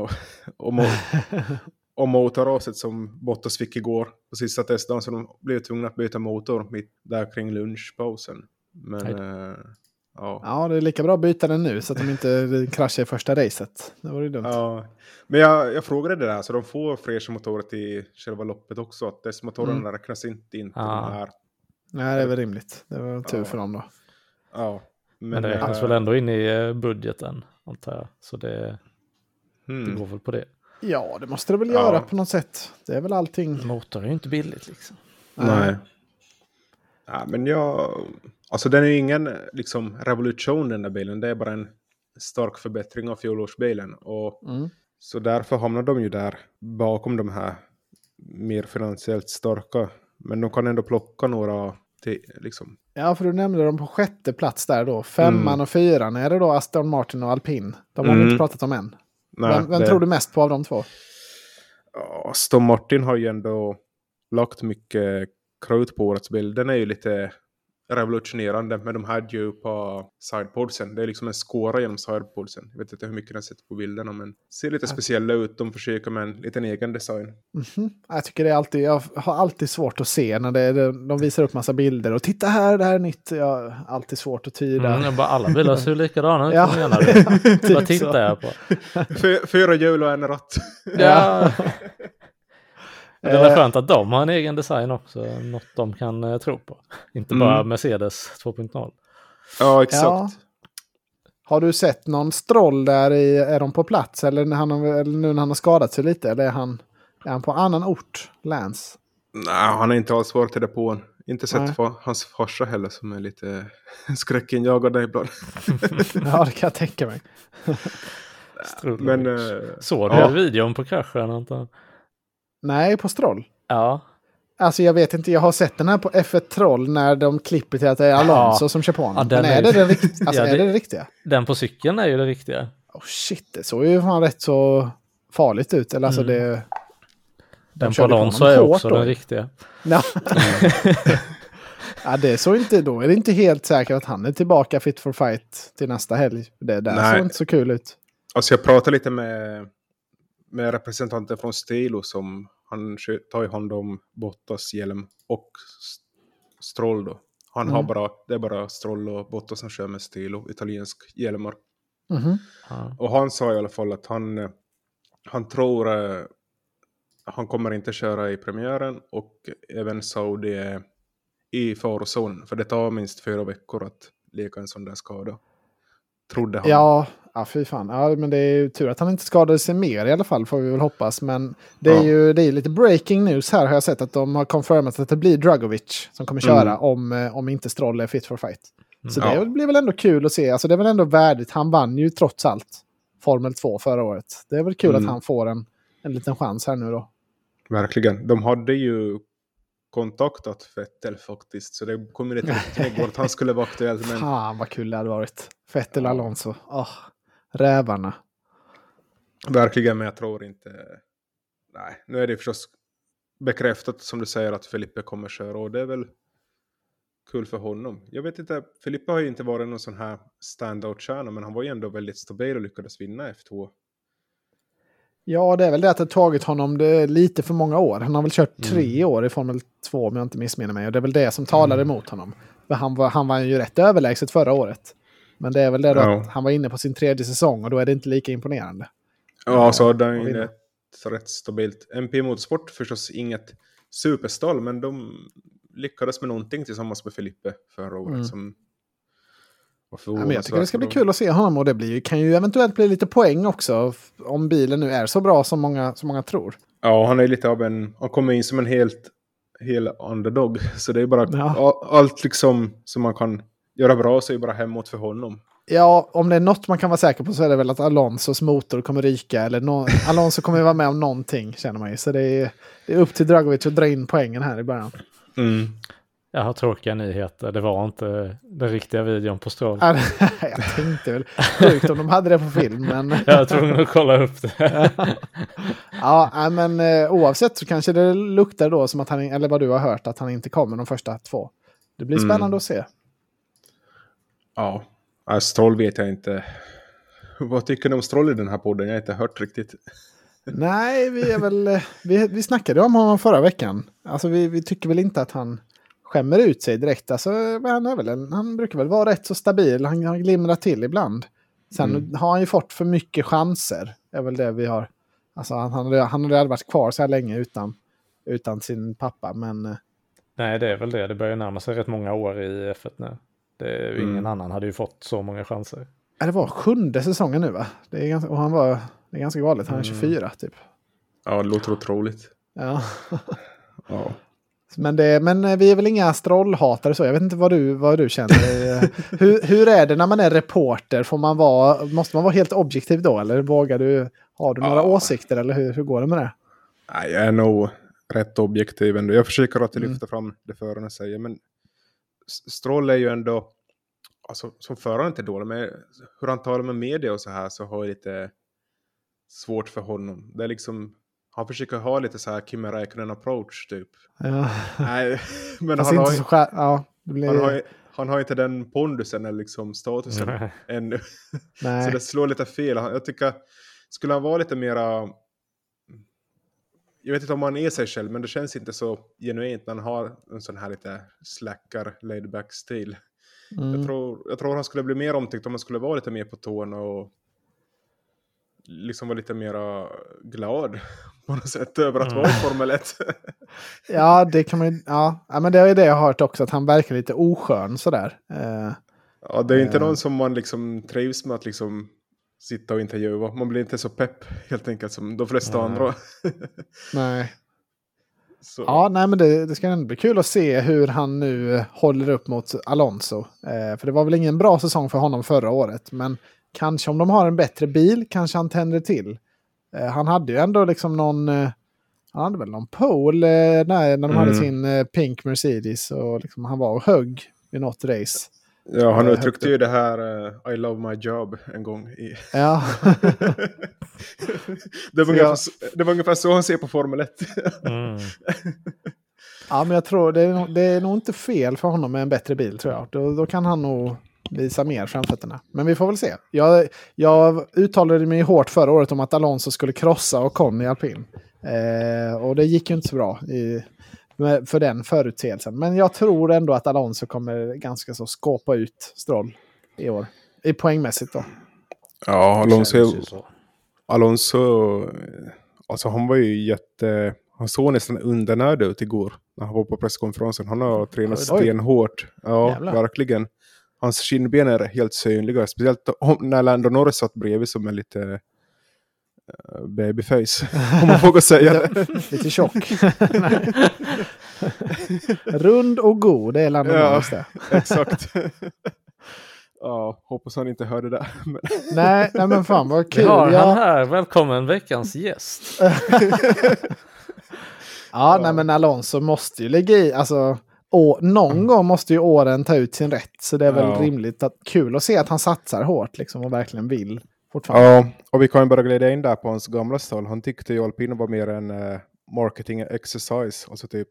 och motorraset som Bottas fick igår på sista testdagen. Så de blev tvungna att byta motor mitt där kring lunchpausen. Men Ja, det är lika bra att byta den nu så att de inte kraschar i första racet. Det var ju dumt. Ja. Men jag frågade det där, så de får Frege-motorer till själva loppet också. Att dess motorerna räknas inte in. Nej, det är väl rimligt. Det var tur för dem då. Ja. Men det räknas väl ändå in i budgeten, antar jag. Så det går väl på det. Ja, det måste det väl göra på något sätt. Det är väl allting. Motor är ju inte billigt liksom. Nej. Ja, men alltså den är ju ingen liksom revolution, den där bilen. Det är bara en stark förbättring av fjolårsbilen. Och så därför hamnar de ju där bakom de här mer finansiellt starka. Men de kan ändå plocka några till liksom. Ja, för du nämnde dem på 6:e plats där då. 5:an och 4:an. Är det då Aston Martin och Alpine? De har vi inte pratat om än. Nej, vem tror du mest på av de två? Aston Martin har ju ändå lagt mycket krut på årets bild. Den är ju lite revolutionerande med de här djupa sidepodsen. Det är liksom en skåra genom sidepodsen. Jag vet inte hur mycket jag sett på bilderna, men ser lite speciella ut. De försöker med en liten egen design. Jag tycker jag har alltid svårt att se när de visar upp massa bilder. Och titta här, det här är nytt. Jag har alltid svårt att tyda. Alla bilar ser likadana ut. Ja. Vad tittar jag på? 4 hjul och en ratt. Ja. Det är skönt att de har en egen design också. Något de kan tro på. Inte bara Mercedes 2.0. Ja, exakt. Ja. Har du sett någon Stroll där är de på plats? Eller nu när han har skadat sig lite? Eller är han på annan ort, Lance? Nej, han har inte alls varit till depån. Inte sett hans farsa heller som är lite skräckinjagad ibland. Ja, det kan jag tänka mig. Men, såg du videon på kraschen, antar? Nej, på Stroll. Ja. Alltså jag vet inte, jag har sett den här på F1 Troll när de klipper till att det är Alonso som kör på honom. Men är det den riktiga? Alltså, är det riktiga? Den på cykeln är ju det riktiga. Shit, det såg ju fan rätt så farligt ut. Eller alltså det... Den på Alonso är också den riktiga. Ja, det så inte då. Är det inte helt säkert att han är tillbaka fit for fight till nästa helg? Det där såg inte så kul ut. Alltså jag pratade lite med representanter från Stilo som han tar i hand om Bottas, hjälm och Stroll då. Han har det är bara Stroll och Bottas som kör med Stilo, italiensk hjälmar. Och han sa i alla fall att han tror han kommer inte köra i premiären och även Saudi är i farozon. För det tar minst 4 veckor att leka en sån där skada. Trodde han. Ja, fy fan. Ja, men det är ju tur att han inte skadade sig mer i alla fall, får vi väl hoppas. Men det är lite breaking news här, har jag sett att de har confirmat att det blir Dragovic som kommer köra om inte Stroll är fit for fight. Så det blir väl ändå kul att se. Alltså det är väl ändå värdigt. Han vann ju trots allt Formel 2 förra året. Det är väl kul att han får en liten chans här nu då. Verkligen. De hade ju kontaktat Vettel faktiskt. Så det kom lite igår att han skulle vara aktuell. Men... Fan vad kul det hade varit. Vettel Alonso. Rävarna. Verkligen, men jag tror inte... Nej, nu är det förstås bekräftat som du säger att Felipe kommer köra. Och det är väl kul för honom. Jag vet inte, Felipe har ju inte varit någon sån här standout-kärna. Men han var ju ändå väldigt stabil och lyckades vinna F2. Ja, det är väl det att det har tagit honom lite för många år. Han har väl kört 3 år i Formel 2 om jag inte missminner mig. Och det är väl det som talar emot honom. För han var ju rätt överlägset förra året. Men det är väl det då att han var inne på sin 3:e säsong och då är det inte lika imponerande. Ja, så hade han ju rätt stabilt. MP Motorsport förstås inget superstall, men de lyckades med någonting tillsammans med Felipe förra året som men jag tycker det ska bli kul att se honom och det kan ju eventuellt bli lite poäng också om bilen nu är så bra som många tror. Ja, han är lite av han kommer in som en hel underdog, så det är bara allt liksom som man kan göra bra så är bara hemåt för honom. Ja, om det är något man kan vara säker på så är det väl att Alonsos motor kommer ryka eller Alonso kommer vara med om någonting, känner man ju. Så det är upp till Dragovic att dra in poängen här i början. Jag har tråkiga nyheter. Det var inte den riktiga videon på Stroll. Jag tänkte väl sjukt om de hade det på film. Men... jag var tvungen att kolla upp det. Ja, men oavsett så kanske det luktar då som att han, eller vad du har hört, att han inte kommer de första 2. Det blir spännande att se. Ja, Stroll vet jag inte. Vad tycker ni om Stroll i den här podden? Jag har inte hört riktigt. Nej, vi snackade om honom förra veckan. Alltså vi tycker väl inte att han skämmer ut sig direkt. Alltså, han brukar väl vara rätt så stabil. Han glimrar till ibland. Sen har han ju fått för mycket chanser. Det är väl det vi har. Alltså, han hade aldrig varit kvar så här länge utan sin pappa. Men... Nej, det är väl det. Det börjar närma sig rätt många år i F1 nu. Ingen annan hade ju fått så många chanser. Det var 7:e säsongen nu, va? Det är ganska galet. Han är 24 typ. Ja, det låter otroligt. Ja. Ja. Men vi är väl inga Stroll-hatare så. Jag vet inte vad du känner. Hur är det när man är reporter? Måste man vara helt objektiv då? Eller har du några åsikter? Eller hur går det med det? Nej, jag är nog rätt objektiv ändå. Jag försöker att lyfta fram det förarna säger. Men Stroll är ju ändå, alltså, som förare inte dålig, men hur han talar med media och så här så har jag lite svårt för honom. Det är liksom, han försöker ha lite så här Kimi Räikkönen approach typ. Ja. Nej, men han har inte den pondusen eller liksom statusen ännu. Så det slår lite fel. Jag tycker, skulle han vara lite mera, jag vet inte om han är sig själv, men det känns inte så genuint när han har en sån här lite slackar laid back stil. Jag tror han skulle bli mer omtyckt om han skulle vara lite mer på tårna och liksom vara lite mer glad på något sätt över att vara i Formel 1. Ja, det kan man men det är det jag har hört också, att han verkar lite oskön sådär. Ja, det är inte någon som man liksom trivs med att liksom sitta och intervjua. Man blir inte så pepp helt enkelt som de flesta andra. Nej. Så. Ja, nej, men det ska ändå bli kul att se hur han nu håller upp mot Alonso. För det var väl ingen bra säsong för honom förra året. Men kanske om de har en bättre bil kanske han tänder till. Han hade ju ändå liksom han hade väl någon pole när de hade sin pink Mercedes. Och liksom han var och högg i något race. Ja, han uttryckte ju det här I love my job en gång. Ja. det var ungefär så han ser på Formel 1. Ja, men jag tror det är nog inte fel för honom med en bättre bil, tror jag. Då kan han nog visa mer framfötterna. Men vi får väl se. Jag uttalade mig hårt förra året om att Alonso skulle krossa Ocon i alpin. Och det gick ju inte så bra för den förutsägelsen. Men jag tror ändå att Alonso kommer ganska så skåpa ut Stroll i år. I poängmässigt då. Ja, Alonso alltså han var ju han såg nästan undernörd ut igår när han var på presskonferensen. Han har tränat stenhårt. Ja, jävlar. Verkligen. Hans kindben är helt synliga. Speciellt när Lando Norris satt bredvid som en lite babyface. Om man vågar säga det. Lite tjock. Rund och god, det är Lando Norris det. Exakt. Ja, hoppas han inte hörde det. Nej, men fan vad kul. Han här, välkommen veckans gäst. Nej, men Alonso måste ju lägga i, alltså någon gång måste ju åren ta ut sin rätt, så det är väl rimligt kul att se att han satsar hårt liksom och verkligen vill fortfarande. Ja, och vi kan ju bara glida in där på hans gamla stall. Han tyckte ju alpin var mer en marketing exercise, alltså typ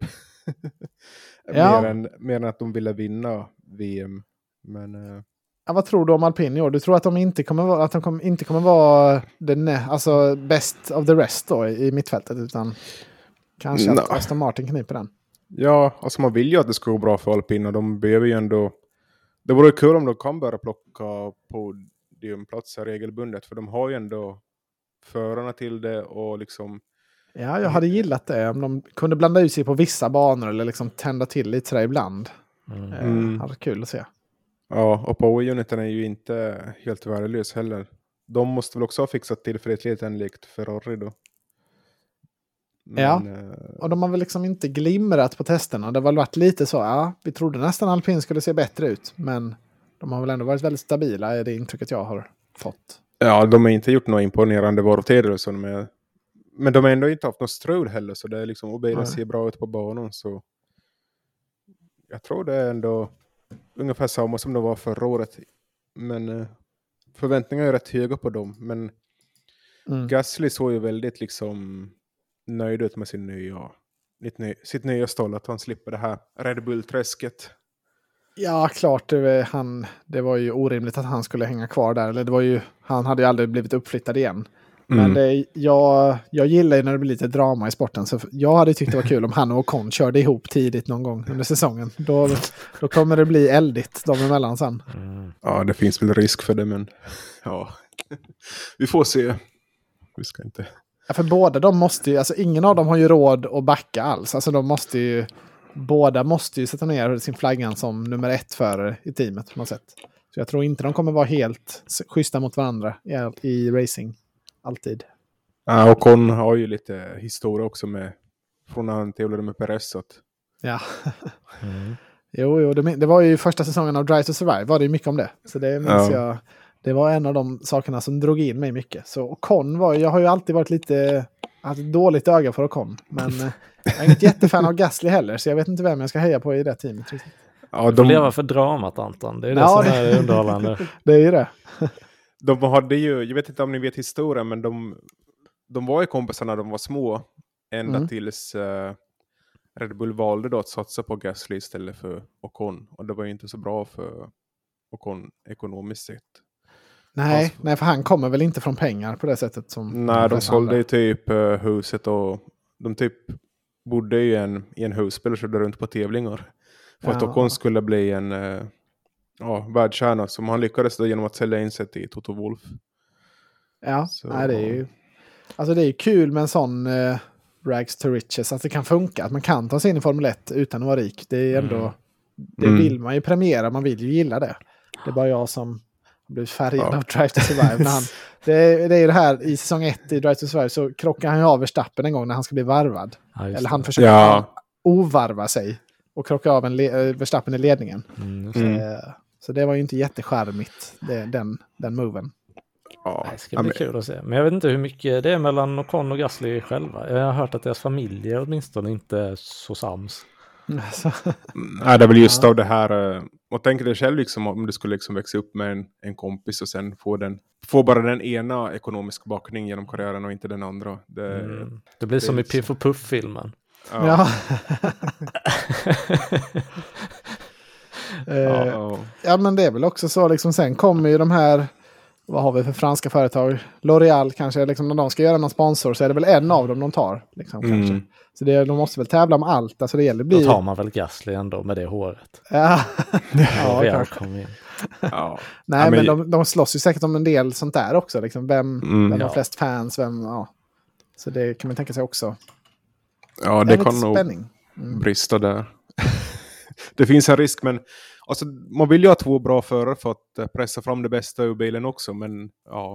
mer än att de ville vinna VM. Men vad tror du om alpin i år? Du tror att de inte kommer vara alltså best of the rest då i mittfältet, utan kanske att Aston Martin kniper den? Ja, alltså man vill ju att det ska gå bra för alpin, och de behöver ju ändå, det vore kul om de kan börja plocka podiumplatser regelbundet, för de har ju ändå förarna till det och liksom. Ja, jag hade gillat det om de kunde blanda ut sig på vissa banor eller liksom tända till lite sådär ibland. Hade kul att se. Ja, och power-uniten är ju inte helt värdelös heller. De måste väl också ha fixat tillförlitligheten likt Ferrari då. Men, och de har väl liksom inte glimrat på testerna. Det har väl varit lite så, vi trodde nästan alpin skulle se bättre ut. Men de har väl ändå varit väldigt stabila, är det intrycket jag har fått. Ja, de har inte gjort några imponerande varvtider. Men de har ändå inte haft något strul heller. Så det är liksom, Obeda ser bra ut på banan. Så jag tror det är ändå ungefär samma som det var förra året. Men förväntningarna är rätt höga på dem. Men Gasly såg ju väldigt liksom nöjd ut med sitt nya stall, att han slipper det här Red Bull-träsket. Ja, klart. Det var ju orimligt att han skulle hänga kvar där. Eller han hade ju aldrig blivit uppflyttad igen. Men jag gillar ju när det blir lite drama i sporten. Så jag hade tyckt det var kul om han och Ocon körde ihop tidigt någon gång under säsongen. Då kommer det bli eldigt dem emellan sen. Ja, det finns väl risk för det, men ja, vi får se. Vi ska inte... Ja, för båda de måste ju, alltså ingen av dem har ju råd att backa alls. Alltså båda måste ju sätta ner sin flaggan som nummer 1 förare i teamet på något sätt. Så jag tror inte de kommer vara helt schyssta mot varandra i racing. Alltid. Ja, och Con har ju lite historia också från när han tävlade med Perez. Så att... Ja. Jo, det var ju första säsongen av Drive to Survive var det ju mycket om det. Så det minns jag. Det var en av de sakerna som drog in mig mycket. Så Ocon jag har ju alltid varit haft ett dåligt öga för Ocon. Men jag är inte jättefan av Gasly heller. Så jag vet inte vem jag ska heja på i det teamet. Ja, de lever för dramat, Anton. Det är det som är underhållande. Det är ju det. De hade ju, jag vet inte om ni vet historien, men de var ju kompisar när de var små. Ända tills Red Bull valde då att satsa på Gasly istället för Ocon. Och det var ju inte så bra för Ocon ekonomiskt sett. Nej, för han kommer väl inte från pengar på det sättet som... Nej, de sålde ju typ huset och de typ bodde ju i en husbil och körde runt på tävlingar. För att Ocon skulle bli en världsstjärna som han lyckades då genom att sälja in sig till Toto Wolff. Ja, nej, det är ju... Alltså det är ju kul med en sån rags to riches, att det kan funka. Att man kan ta sig in i Formel 1 utan att vara rik. Det är ändå... Det vill man ju premiera, man vill ju gilla det. Det är bara jag som... blev färgad av Drive to Survive. Det är det här i säsong 1 i Drive to Survive så krockar han ju av Verstappen en gång när han ska bli varvad. Eller han försöker ovarva sig och krocka av Verstappen i ledningen. Så det var ju inte jätteskärmigt den moven. Ja, det ska bli kul att se. Men jag vet inte hur mycket det är mellan Ocon och Gasly själva. Jag har hört att deras familjer åtminstone inte är så sams. Nej, det är väl just av det här. Och tänker dig själv liksom, om du skulle liksom växa upp med en kompis och sen få bara den ena ekonomiska bakning genom karriären och inte den andra. Det blir som i Piff och Puff-filmen. Ja. Ja, men det är väl också så liksom, sen kommer ju de här, vad har vi för franska företag? L'Oreal kanske, liksom, när de ska göra någon sponsor så är det väl en av dem de tar. Liksom, kanske. Så de måste väl tävla om allt. Alltså det gäller Då tar man väl Gasly ändå med det håret. Ja. Nej, men de slåss ju säkert om en del sånt där också. Liksom. Vem har flest fans? Så det kan man tänka sig också. Ja, det kan nog brista där. Det finns en risk, men alltså, man vill ju ha 2 bra förare för att pressa fram det bästa ur bilen också. Men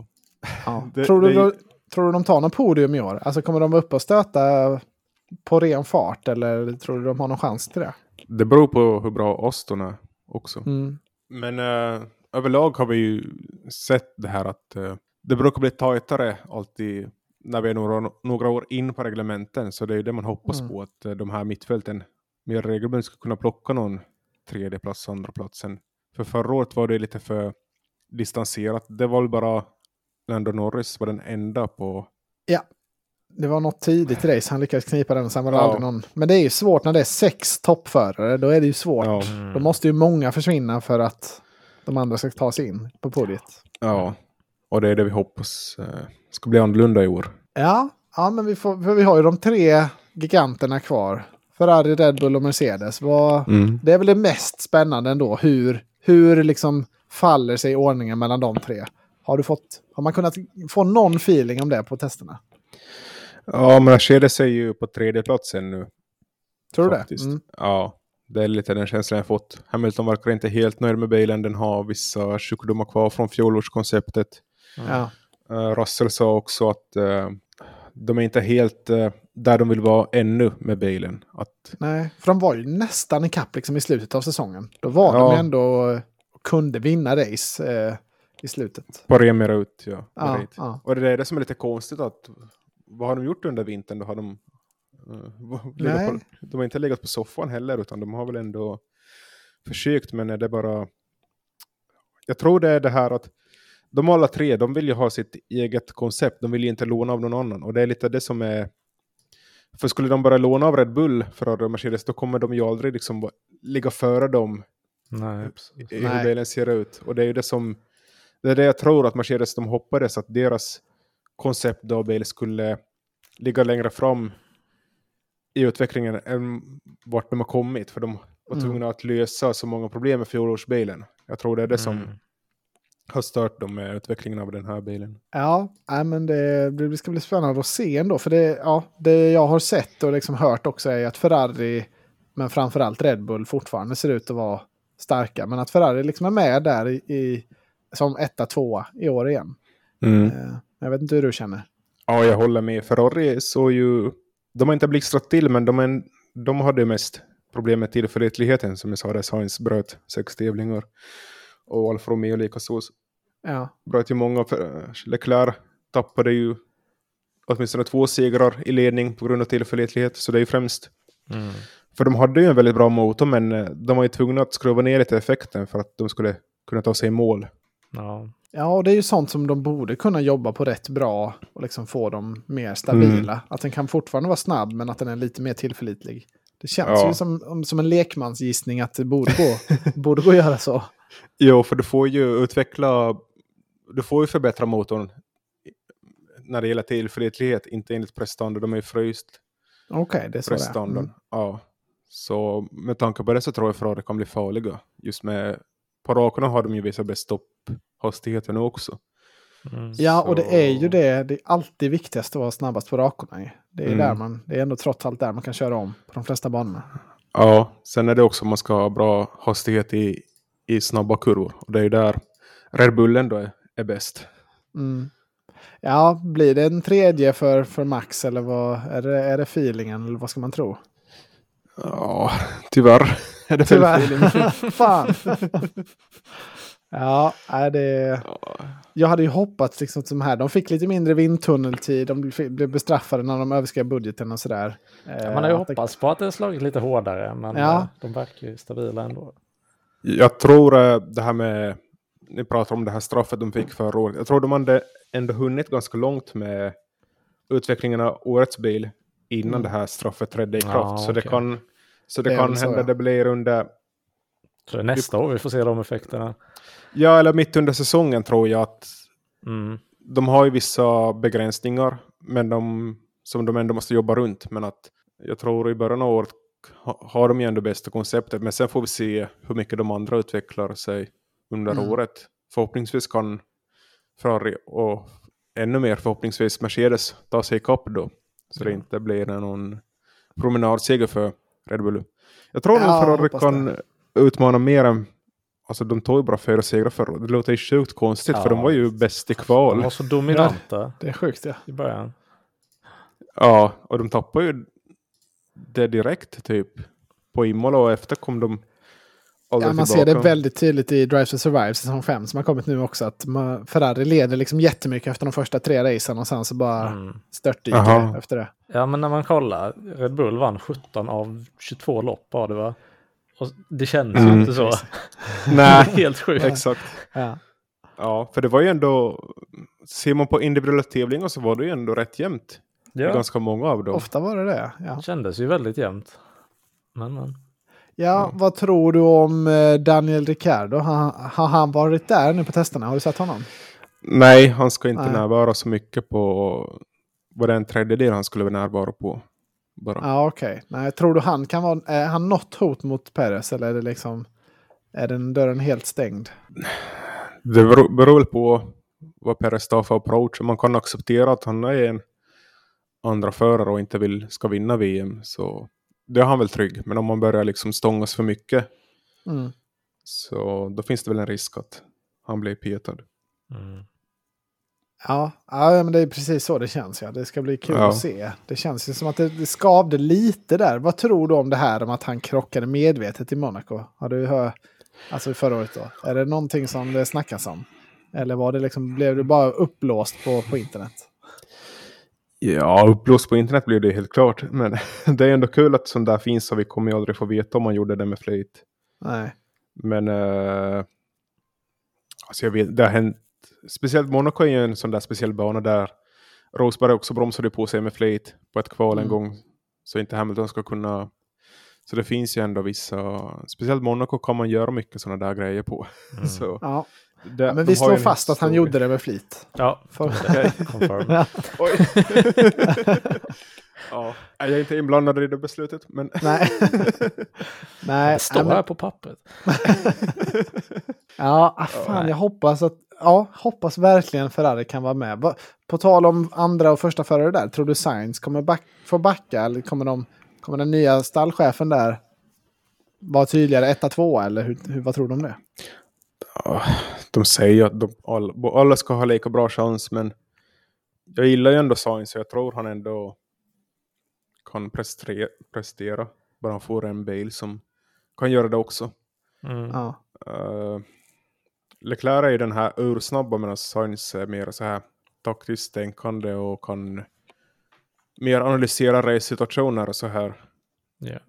Tror du de tar någon podium i år? Alltså kommer de upp och stöta på ren fart eller tror du de har någon chans till det? Det beror på hur bra Aston är också. Men överlag har vi ju sett det här att det brukar bli tajtare alltid när vi är några år in på reglementen. Så det är det man hoppas på, att de här mittfälten mer regelbundet ska kunna plocka någon 3:e plats, 2:a platsen. För förra året var det lite för distanserat. Det var väl bara Lando Norris var den enda på... Ja, det var något tidigt race. Han lyckades knipa den och sen var det aldrig någon. Men det är ju svårt när det är 6 toppförare. Då är det ju svårt. Då måste ju många försvinna för att de andra ska ta sig in på podiet. Ja, och det är det vi hoppas ska bli annorlunda i år. Ja, men vi har ju de 3 giganterna kvar. Ferrari, Red Bull och Mercedes. Det är väl det mest spännande ändå. Hur liksom faller sig ordningen mellan de 3? Har man kunnat få någon feeling om det på testerna? Ja, men Mercedes är ju på 3:e platsen nu. Tror du det? Ja, det är lite den känslan jag fått. Hamilton verkar inte helt nöjd med bilen. Den har vissa sjukdomar kvar från fjolårskonceptet. Russell sa också att de är inte helt där de vill vara ännu med bilen. Nej, för de var ju nästan i kapp liksom i slutet av säsongen. Då var de ju ändå och kunde vinna race i slutet. På Remer ut, ja. Och det är det som är lite konstigt att vad har de gjort under vintern? Då har de har inte legat på soffan heller, utan de har väl ändå försökt, men är det bara... Jag tror det är det här att de alla 3, de vill ju ha sitt eget koncept. De vill ju inte låna av någon annan. Och det är lite det som är... För skulle de bara låna av Red Bull för Mercedes, då kommer de ju aldrig liksom ligga före dem. Nej, hur bilen ser ut. Och det är ju det som... Det är det jag tror att Mercedes, de hoppades att deras koncept då bil skulle ligga längre fram i utvecklingen än vart de har kommit. För de var tvungna att lösa så många problem med fjolårsbilen. Jag tror det är det som har stört dem med utvecklingen av den här bilen. Ja, men det ska bli spännande att se ändå. För det jag har sett och liksom hört också är att Ferrari, men framförallt Red Bull fortfarande ser ut att vara starka. Men att Ferrari liksom är med där som 1-2 i år igen. Jag vet inte hur du känner. Ja, jag håller med. Ferrari så ju... De har inte blixtrat till, men de hade mest problem med tillförlitligheten. Som jag sa, Sainz bröt 6 tävlingar. Och Alfa Romeo likaså bröt ju många. Leclerc tappade ju åtminstone 2 segrar i ledning på grund av tillförlitlighet. Så det är ju främst. För de hade ju en väldigt bra motor, men de var ju tvungna att skruva ner lite effekten för att de skulle kunna ta sig i mål. Ja, och det är ju sånt som de borde kunna jobba på rätt bra och liksom få dem mer stabila. Att den kan fortfarande vara snabb, men att den är lite mer tillförlitlig. Det känns ju som en lekmansgissning att det borde gå att göra så. Jo, för du får ju förbättra motorn när det gäller tillförlitlighet, inte enligt prestanda, de är ju fryst. Okej, det är så prestandan. det. Ja. Så med tanke på det så tror jag Ferrari kan bli farliga. Just med på rakorna har de ju vissa bäst stopphastigheten också. Ja, och det är ju det är alltid viktigast att vara snabbast på rakorna. Det är det är ändå trots allt där man kan köra om på de flesta banorna. Ja, sen är det också man ska ha bra hastighet i snabba kurvor. Och det är ju där Red Bull ändå är bäst. Ja, blir det en tredje för Max eller vad är det feelingen eller vad ska man tro? Ja, tyvärr är det väl feelingen. Fan. Ja, jag hade ju hoppats liksom som här. De fick lite mindre vindtunneltid. De blev bestraffade när de överskred budgeten och sådär. Man har ju hoppats på att det slagit lite hårdare. Men de verkar ju stabila ändå. Jag tror det här med... Ni pratar om det här straffet de fick förra året. Jag tror de hade ändå hunnit ganska långt med utvecklingen av årets bil innan det här straffet trädde i kraft. Så det kan hända det blir under... Så det är nästa år vi får se de effekterna. Ja, eller mitt under säsongen tror jag att de har ju vissa begränsningar men som de ändå måste jobba runt. Men att jag tror i början av året har de ju ändå bästa konceptet. Men sen får vi se hur mycket de andra utvecklar sig under året. Förhoppningsvis kan Ferrari och ännu mer förhoppningsvis Mercedes ta sig i kapp då. Så det inte blir någon promenadseger för Red Bull. Jag tror nog Ferrari kan utmana mer än... Alltså de tog ju bara 4 segrar förra året. Det låter ju sjukt konstigt för de var ju bäst i kval. De var så dominanta. Ja, det är sjukt i början. Ja, och de tappade ju det direkt typ på Imola och efter kom de aldrig man tillbaka. ser det väldigt tydligt i Drive to Survive säsong 5 som har kommit nu också att Ferrari leder liksom jättemycket efter de första 3 racen och sen så bara störtdyker det efter det. Ja, men när man kollar, Red Bull vann 17 av 22 lopp var det va? Och det kändes ju inte så. Nej, helt sjukt. Exakt. Ja, för det var ju ändå, ser man på individuella tävlingar så var det ju ändå rätt jämnt. Ja. Ganska många av dem. Ofta var det. Ja. Det kändes ju väldigt jämnt. Men. Ja, vad tror du om Daniel Ricciardo? Har han varit där nu på testerna? Har du sett honom? Nej, han ska inte närvara så mycket på vad den tredjedel han skulle vara närvara på. Bara. Ja, okej. Nej, tror du han kan vara... Är han något hot mot Perez eller är det liksom... Är den dörren helt stängd? Det beror väl på vad Perez tar för approach. Man kan acceptera att han är en andra förare och inte ska vinna VM. Så det är han väl trygg. Men om man börjar liksom stångas för mycket så då finns det väl en risk att han blir petad. Ja, men det är precis så det känns. Ja. Det ska bli kul att se. Det känns ju som att det skavde lite där. Vad tror du om det här om att han krockade medvetet i Monaco? Har du hört, alltså förra året då? Är det någonting som det snackas om? Eller var det liksom, blev det bara upplåst på internet? Ja, upplåst på internet blir det helt klart. Men det är ändå kul att sånt där finns så vi kommer ju aldrig få veta om man gjorde det med flit. Nej. Men alltså jag vet, det har hänt. Speciellt Monaco är ju en sån där speciell bana där Rosberg också bromsade på sig med flit på ett kval en gång. Så inte Hamilton ska kunna... Så det finns ju ändå vissa... Speciellt Monaco kan man göra mycket såna där grejer på. Så Men vi slår fast att han gjorde det med flit. Ja, confirm. Oj. Ja, jag är inte inblandad i det beslutet. Men... Nej. Nej. Det står här på pappret. Ja, fan, jag hoppas verkligen Ferrari kan vara med. På tal om andra och första förare där, tror du Sainz kommer få backa, eller kommer den nya stallchefen där vara tydligare 1-2, eller vad tror du om det? Ja, de säger att alla ska ha lika bra chans, men jag gillar ju ändå Sainz, så jag tror han ändå kan prestera. Bara han får en bil som kan göra det också. Ja. Leclerc är ju den här ursnabba, medan Sainz är mer så här taktiskt tänkande och kan mer analysera race-situationer och så här. Yeah.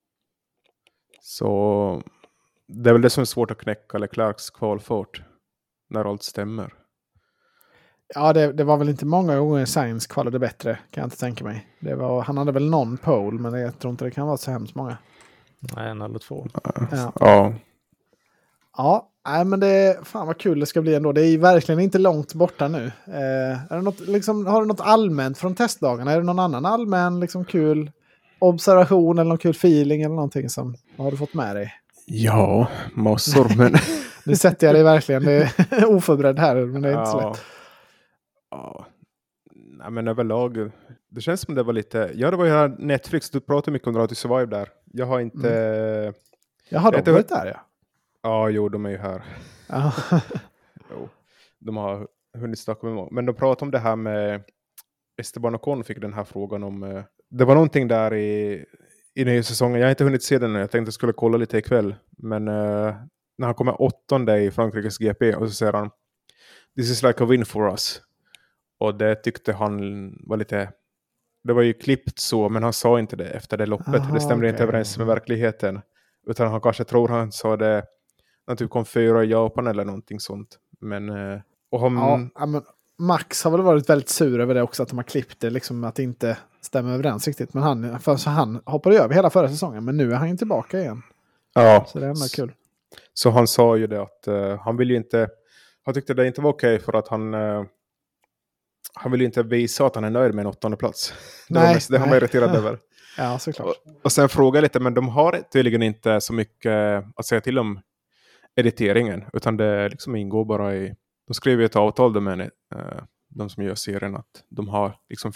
Så det är väl det som är svårt att knäcka Leclercs kvalfart när allt stämmer. Ja, det var väl inte många gånger Sainz kvalade bättre, kan jag inte tänka mig. Han hade väl någon pole, men jag tror inte det kan vara så hemskt många. Nej, 1 eller 2. Ja. Ja, nej, men fan vad kul det ska bli ändå. Det är verkligen inte långt borta nu. Är det något, liksom, har du något allmänt från testdagarna? Är det någon annan allmän liksom, kul observation eller någon kul feeling eller någonting som har du fått med dig? Ja, massor, men... Nu sätter jag dig verkligen. Det är oförberedd här, men det är inte så lätt. Ja. Nej, men överlag, det känns som det var lite... Ja, det var ju här Netflix, du pratade mycket om Drive to Survive där. Jag har inte... Jag har de varit där, ja. Ja, jo, de är ju här. Jo, de har hunnit snacka med mig. Men de pratade om det här med... Esteban Ocon fick den här frågan om... Det var någonting där i nya säsongen. Jag har inte hunnit se den nu. Jag tänkte att jag skulle kolla lite ikväll. Men när han kommer 8:e i Frankrikes GP och så säger han "This is like a win for us." Och det tyckte han var lite... Det var ju klippt så, men han sa inte det efter det loppet. Det stämde inte överens med verkligheten. Utan han kanske tror han sa det när typ kom 4 i Japan eller någonting sånt. Men... men Max har väl varit väldigt sur över det också, att de har klippt det, liksom att det inte stämmer överens riktigt. Men han hoppade över hela förra säsongen, men nu är han ju tillbaka igen. Ja. Så det är ändå kul. Så han sa ju det att han vill ju inte... Han tyckte det inte var okej för att han vill ju inte visa att han är nöjd med en 8:e plats. Det var mest det han var irriterad över. Ja, såklart. Och sen fråga lite, men de har tydligen inte så mycket att säga till om editeringen, utan det liksom ingår bara i... De skriver ju ett avtal med de som gör serien, att de har liksom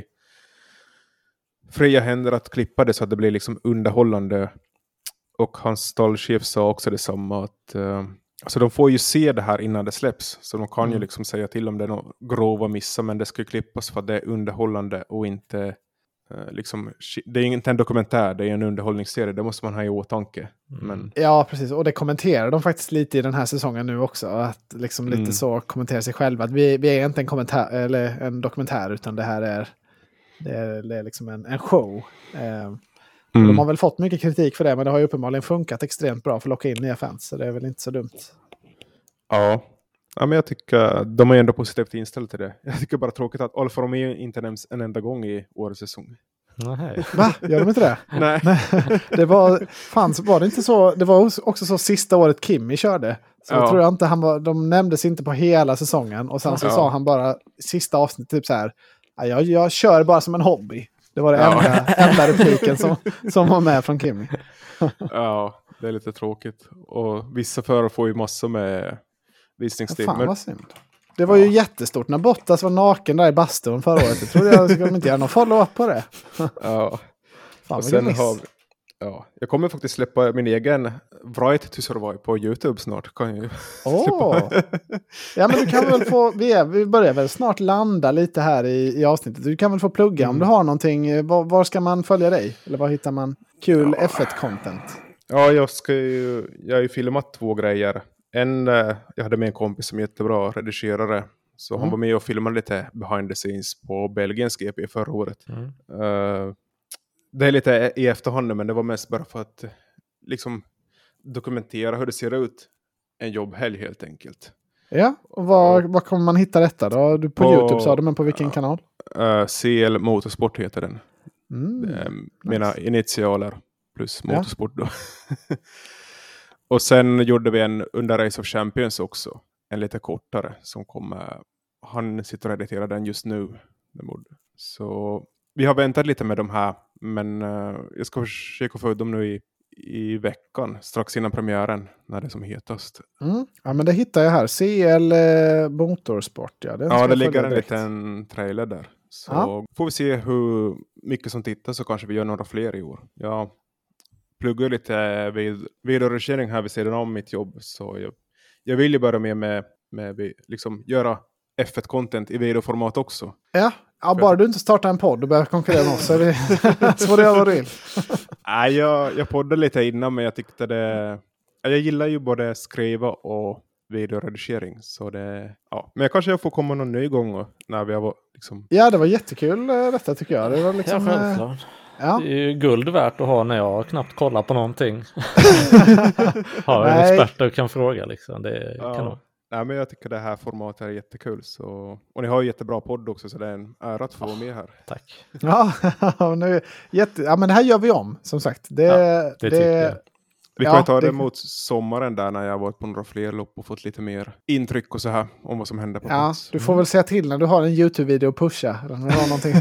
fria händer att klippa det så att det blir liksom underhållande. Och hans stallchef sa också detsamma, att alltså de får ju se det här innan det släpps, så de kan ju liksom säga till om det är några grova missar, men det ska ju klippas för att det är underhållande och inte liksom, det är inte en dokumentär, det är en underhållningsserie, det måste man ha i åtanke. Men... Ja, precis, och det kommenterar de faktiskt lite i den här säsongen nu också, att liksom lite så kommenterar sig själva, att vi är inte en kommentar eller en dokumentär, utan det här är liksom en show. De har väl fått mycket kritik för det, men det har ju uppenbarligen funkat extremt bra för att locka in nya fans, så det är väl inte så dumt. Ja, men jag tycker de är ändå positivt inställda till det. Jag tycker bara tråkigt att Alfa Romeo inte nämns en enda gång i årets säsong. Nej. Va? Gör de inte det? Nej. Det var det inte så, det var också så sista året Kimi körde. Så jag tror jag inte de nämndes inte på hela säsongen, och sen så sa han bara sista avsnitt typ så här: jag kör bara som en hobby. Det var det enda repliken som var med från Kimi. Ja, det är lite tråkigt. Och vissa förare får ju massor med visningstid. Fan vad synd. Det var ju jättestort när Bottas var naken där i bastun förra året. Jag trodde jag skulle inte göra någon follow-up på det. Ja. Fan, och sen jag kommer faktiskt släppa min egen Right to Survive på YouTube snart. Kan jag Ja, men du kan väl få... Vi börjar väl snart landa lite här i avsnittet. Du kan väl få plugga om du har någonting. Var ska man följa dig? Eller var hittar man kul F1-content? Ja, jag har ju filmat 2 grejer. Jag hade med en kompis som är jättebra redigerare. Så han var med och filmade lite behind the scenes på Belgiens GP förra året. Det är lite i efterhand, men det var mest bara för att liksom dokumentera hur det ser ut en jobbhelg helt enkelt. Ja, och var kommer man hitta detta då? Du på YouTube sa du, men på vilken kanal? CL Motorsport heter den. Mina initialer plus Motorsport då. Och sen gjorde vi en under Race of Champions också. en lite kortare som kommer. Han sitter och editerar den just nu. Så vi har väntat lite med de här, men jag ska försöka få ut dem nu i veckan, strax innan premiären, när det är som hetast. Ja, men det hittar jag här. CL Motorsport. Ja, det ligger en liten trailer där. Så får vi se hur mycket som tittar, så kanske vi gör några fler i år. Jag pluggar lite videoredigering här vid sidan om mitt jobb, så jag vill ju börja med liksom göra F1-content i videoformat också. Ja, bara du inte startar en podd och börjar konkurrera med oss, så får du göra vad du vill. Nej, jag poddade lite innan, men jag tyckte jag gillar ju både skriva och videoredigering, så men jag får komma någon ny gång när vi har liksom... Ja, det var jättekul detta tycker jag. Det var liksom, självklart. Ja. Det är ju guld värt att ha när jag knappt kollar på någonting. Har en expert och kan fråga liksom. Det är kanon. Nej, men jag tycker det här formatet är jättekul. Och ni har ju jättebra podd också, så det är en ära att få med här. Tack. Ja, men det här gör vi om, som sagt. Det tycker jag. Vi kan ta det mot sommaren där, när jag varit på några fler lopp och fått lite mer intryck och så här om vad som händer på plats. Du får väl säga till när du har en YouTube-video att pusha. Eller när du har någonting.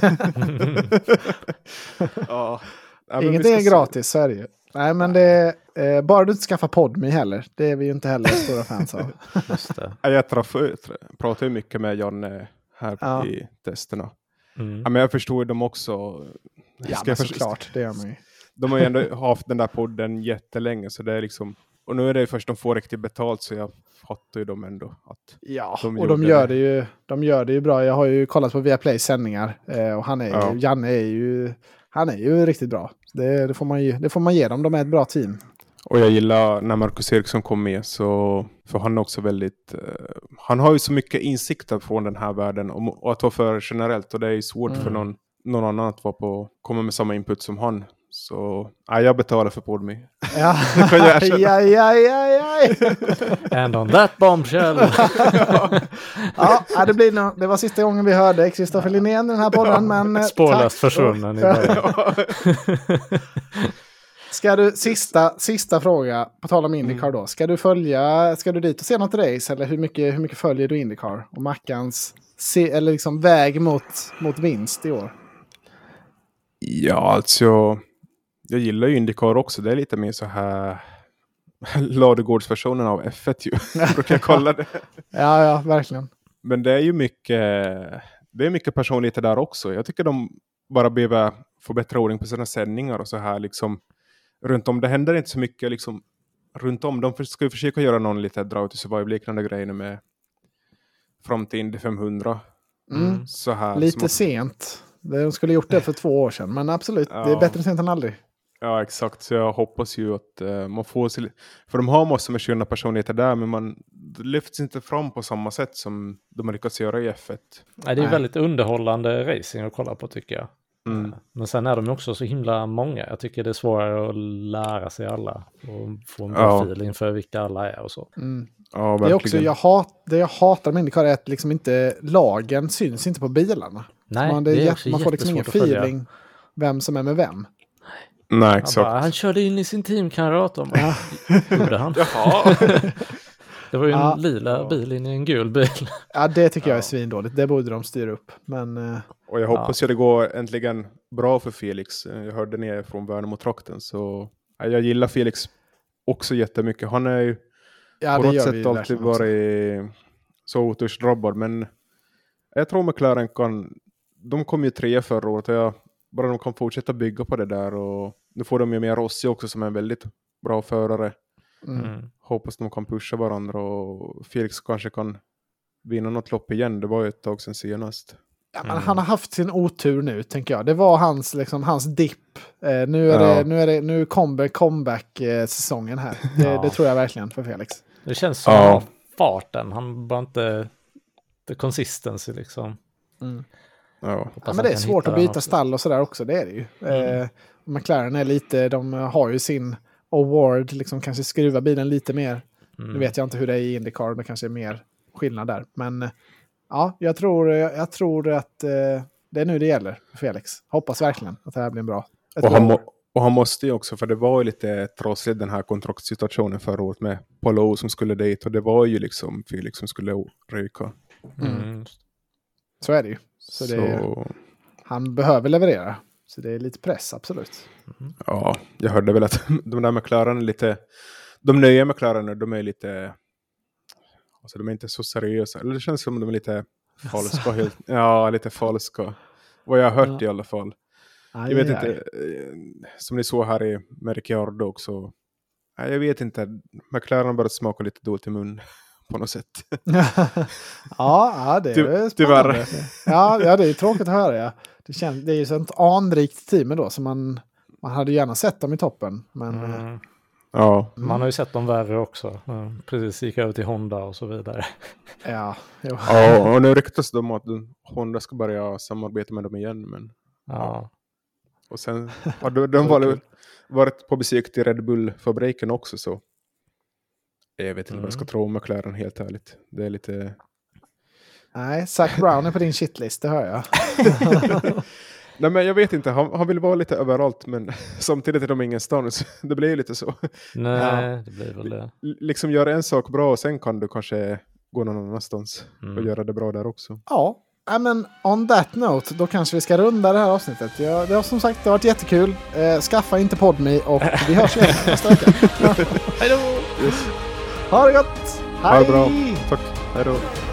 Ingenting är gratis, så är det ju. Nej, men det är bara du inte skaffar Podme heller. Det är vi ju inte heller stora fans av. Just det. Jag pratar ju mycket med Janne här i testerna. Men jag förstår dem också. Såklart, det gör man ju. De har ju ändå haft den där podden jättelänge, så det är liksom, och nu är det först de får riktigt betalt, så jag fattar ju dem ändå att de gör det ju bra. Jag har ju kollat på Viaplays sändningar och Janne är ju riktigt bra. Det får man ge dem. De är ett bra team. Och jag gillar när Marcus Eriksson kom med, för han är också väldigt han har ju så mycket insikter från den här världen och att vara för generellt, och det är ju svårt för någon annan att komma med samma input som han. Så jag betalar för Podme. Ja. And on that bombshell. Det var sista gången vi hörde Kristoffer Linén i den här podden, men spårlöst försvunnen i början. Ska du, sista fråga, på tal om IndyCar då. Ska du dit och se något race, eller hur mycket följer du IndyCar och Mackans eller liksom väg mot vinst i år? Ja, alltså jag gillar ju IndyCar också. Det är lite mer så här ladugårdsversionen av F1 ju. Brukar jag kolla det. Ja, verkligen. Men det är ju mycket personligheter där också. Jag tycker de bara behöver få bättre ordning på sina sändningar och så här liksom runt om. Det händer inte så mycket liksom runt om. De ska ju försöka göra någon lite Drive to Survive-liknande grejer med fram till Indy 500. Så här, lite sent. De skulle gjort det för 2 år sedan, men absolut, det är bättre sent än aldrig. Ja, exakt. Så jag hoppas ju att man får sig... För de har massor med sköna personligheter där, men man lyfts inte fram på samma sätt som de har lyckats göra i F1. Nej, det är väldigt underhållande racing att kolla på, tycker jag. Men sen är de också så himla många. Jag tycker det är svårare att lära sig alla och få en bra feeling för vilka alla är och så. Ja, det är också, jag hatar med IndyCar är att liksom inte lagen syns inte på bilarna. Nej, man får liksom ingen feeling vem som är med vem. Nej, exakt. Han körde in i sin teamkamrat. Gjorde han? Jaha. Det var ju en lila bil in i en gul bil. Ja, det tycker jag är svindåligt. Det borde de styra upp. Men, och jag hoppas att det går äntligen bra för Felix. Jag hörde ner från Värnamo-trakten. Så jag gillar Felix också jättemycket. Han är ju på något sätt alltid varit så otursdrabbad. Men jag tror McLaren de kom ju 3 förra året. Bara de kan fortsätta bygga på det där. Och nu får de ju med Rossi också som är en väldigt bra förare. Hoppas de kan pusha varandra. Och Felix kanske kan vinna något lopp igen. Det var ju ett tag sedan senast. Ja, men han har haft sin otur nu, tänker jag. Det var hans dipp. Nu är comeback-säsongen här. Det tror jag verkligen för Felix. Det känns som farten. Han bara inte the consistency liksom. Ja, men det är svårt att byta stall och sådär också, det är det ju. McLaren är lite, de har ju sin award, liksom kanske skruva bilen lite mer. Nu vet jag inte hur det är i IndyCar, det kanske är mer skillnad där. Men ja, jag tror att det är nu det gäller för Felix. Hoppas verkligen att det här blir bra. Och han måste ju också, för det var ju lite trassligt den här kontraktssituationen förra året med Paul som skulle dit. Och det var ju liksom Felix som skulle ryka. Så är det ju. Så han behöver leverera. Så det är lite press, absolut. Ja, jag hörde väl att de där McLaren är lite... De nya McLaren, de är lite... Alltså de är inte så seriösa. Eller det känns som de är lite falska. Ja, lite falska. Vad jag har hört i alla fall. Jag vet inte, som ni såg här med Ricciardo också. Jag vet inte, McLaren bara smakar lite dåligt i mun på något sätt. Ja, det är tyvärr. Ja, det är tråkigt att höra. Ja. Det är ju så ett anrikt team då, så man hade gärna sett dem i toppen. Men, man har ju sett dem värre också. Precis, gick över till Honda och så vidare. Ja, och nu ryktas de att Honda ska börja samarbeta med dem igen. Men, Och sen har de varit på besök till Red Bull-fabriken också, så jag vet inte vad jag ska tro om McLaren, helt ärligt. Det är lite... Nej, Zac Brown är på din shitlist, det hör jag. Nej, men jag vet inte. Han vill vara lite överallt, men samtidigt är de ingenstans. Det blir ju lite så. Nej, det blir väl det. Liksom göra en sak bra och sen kan du kanske gå någon annanstans och göra det bra där också. Ja, men on that note, då kanske vi ska runda det här avsnittet. Det har som sagt det har varit jättekul. Skaffa inte Podme och vi hörs igen nästa vecka. Hej då! Ha det gott! Hej! Ha det bra. Tack. Hej då!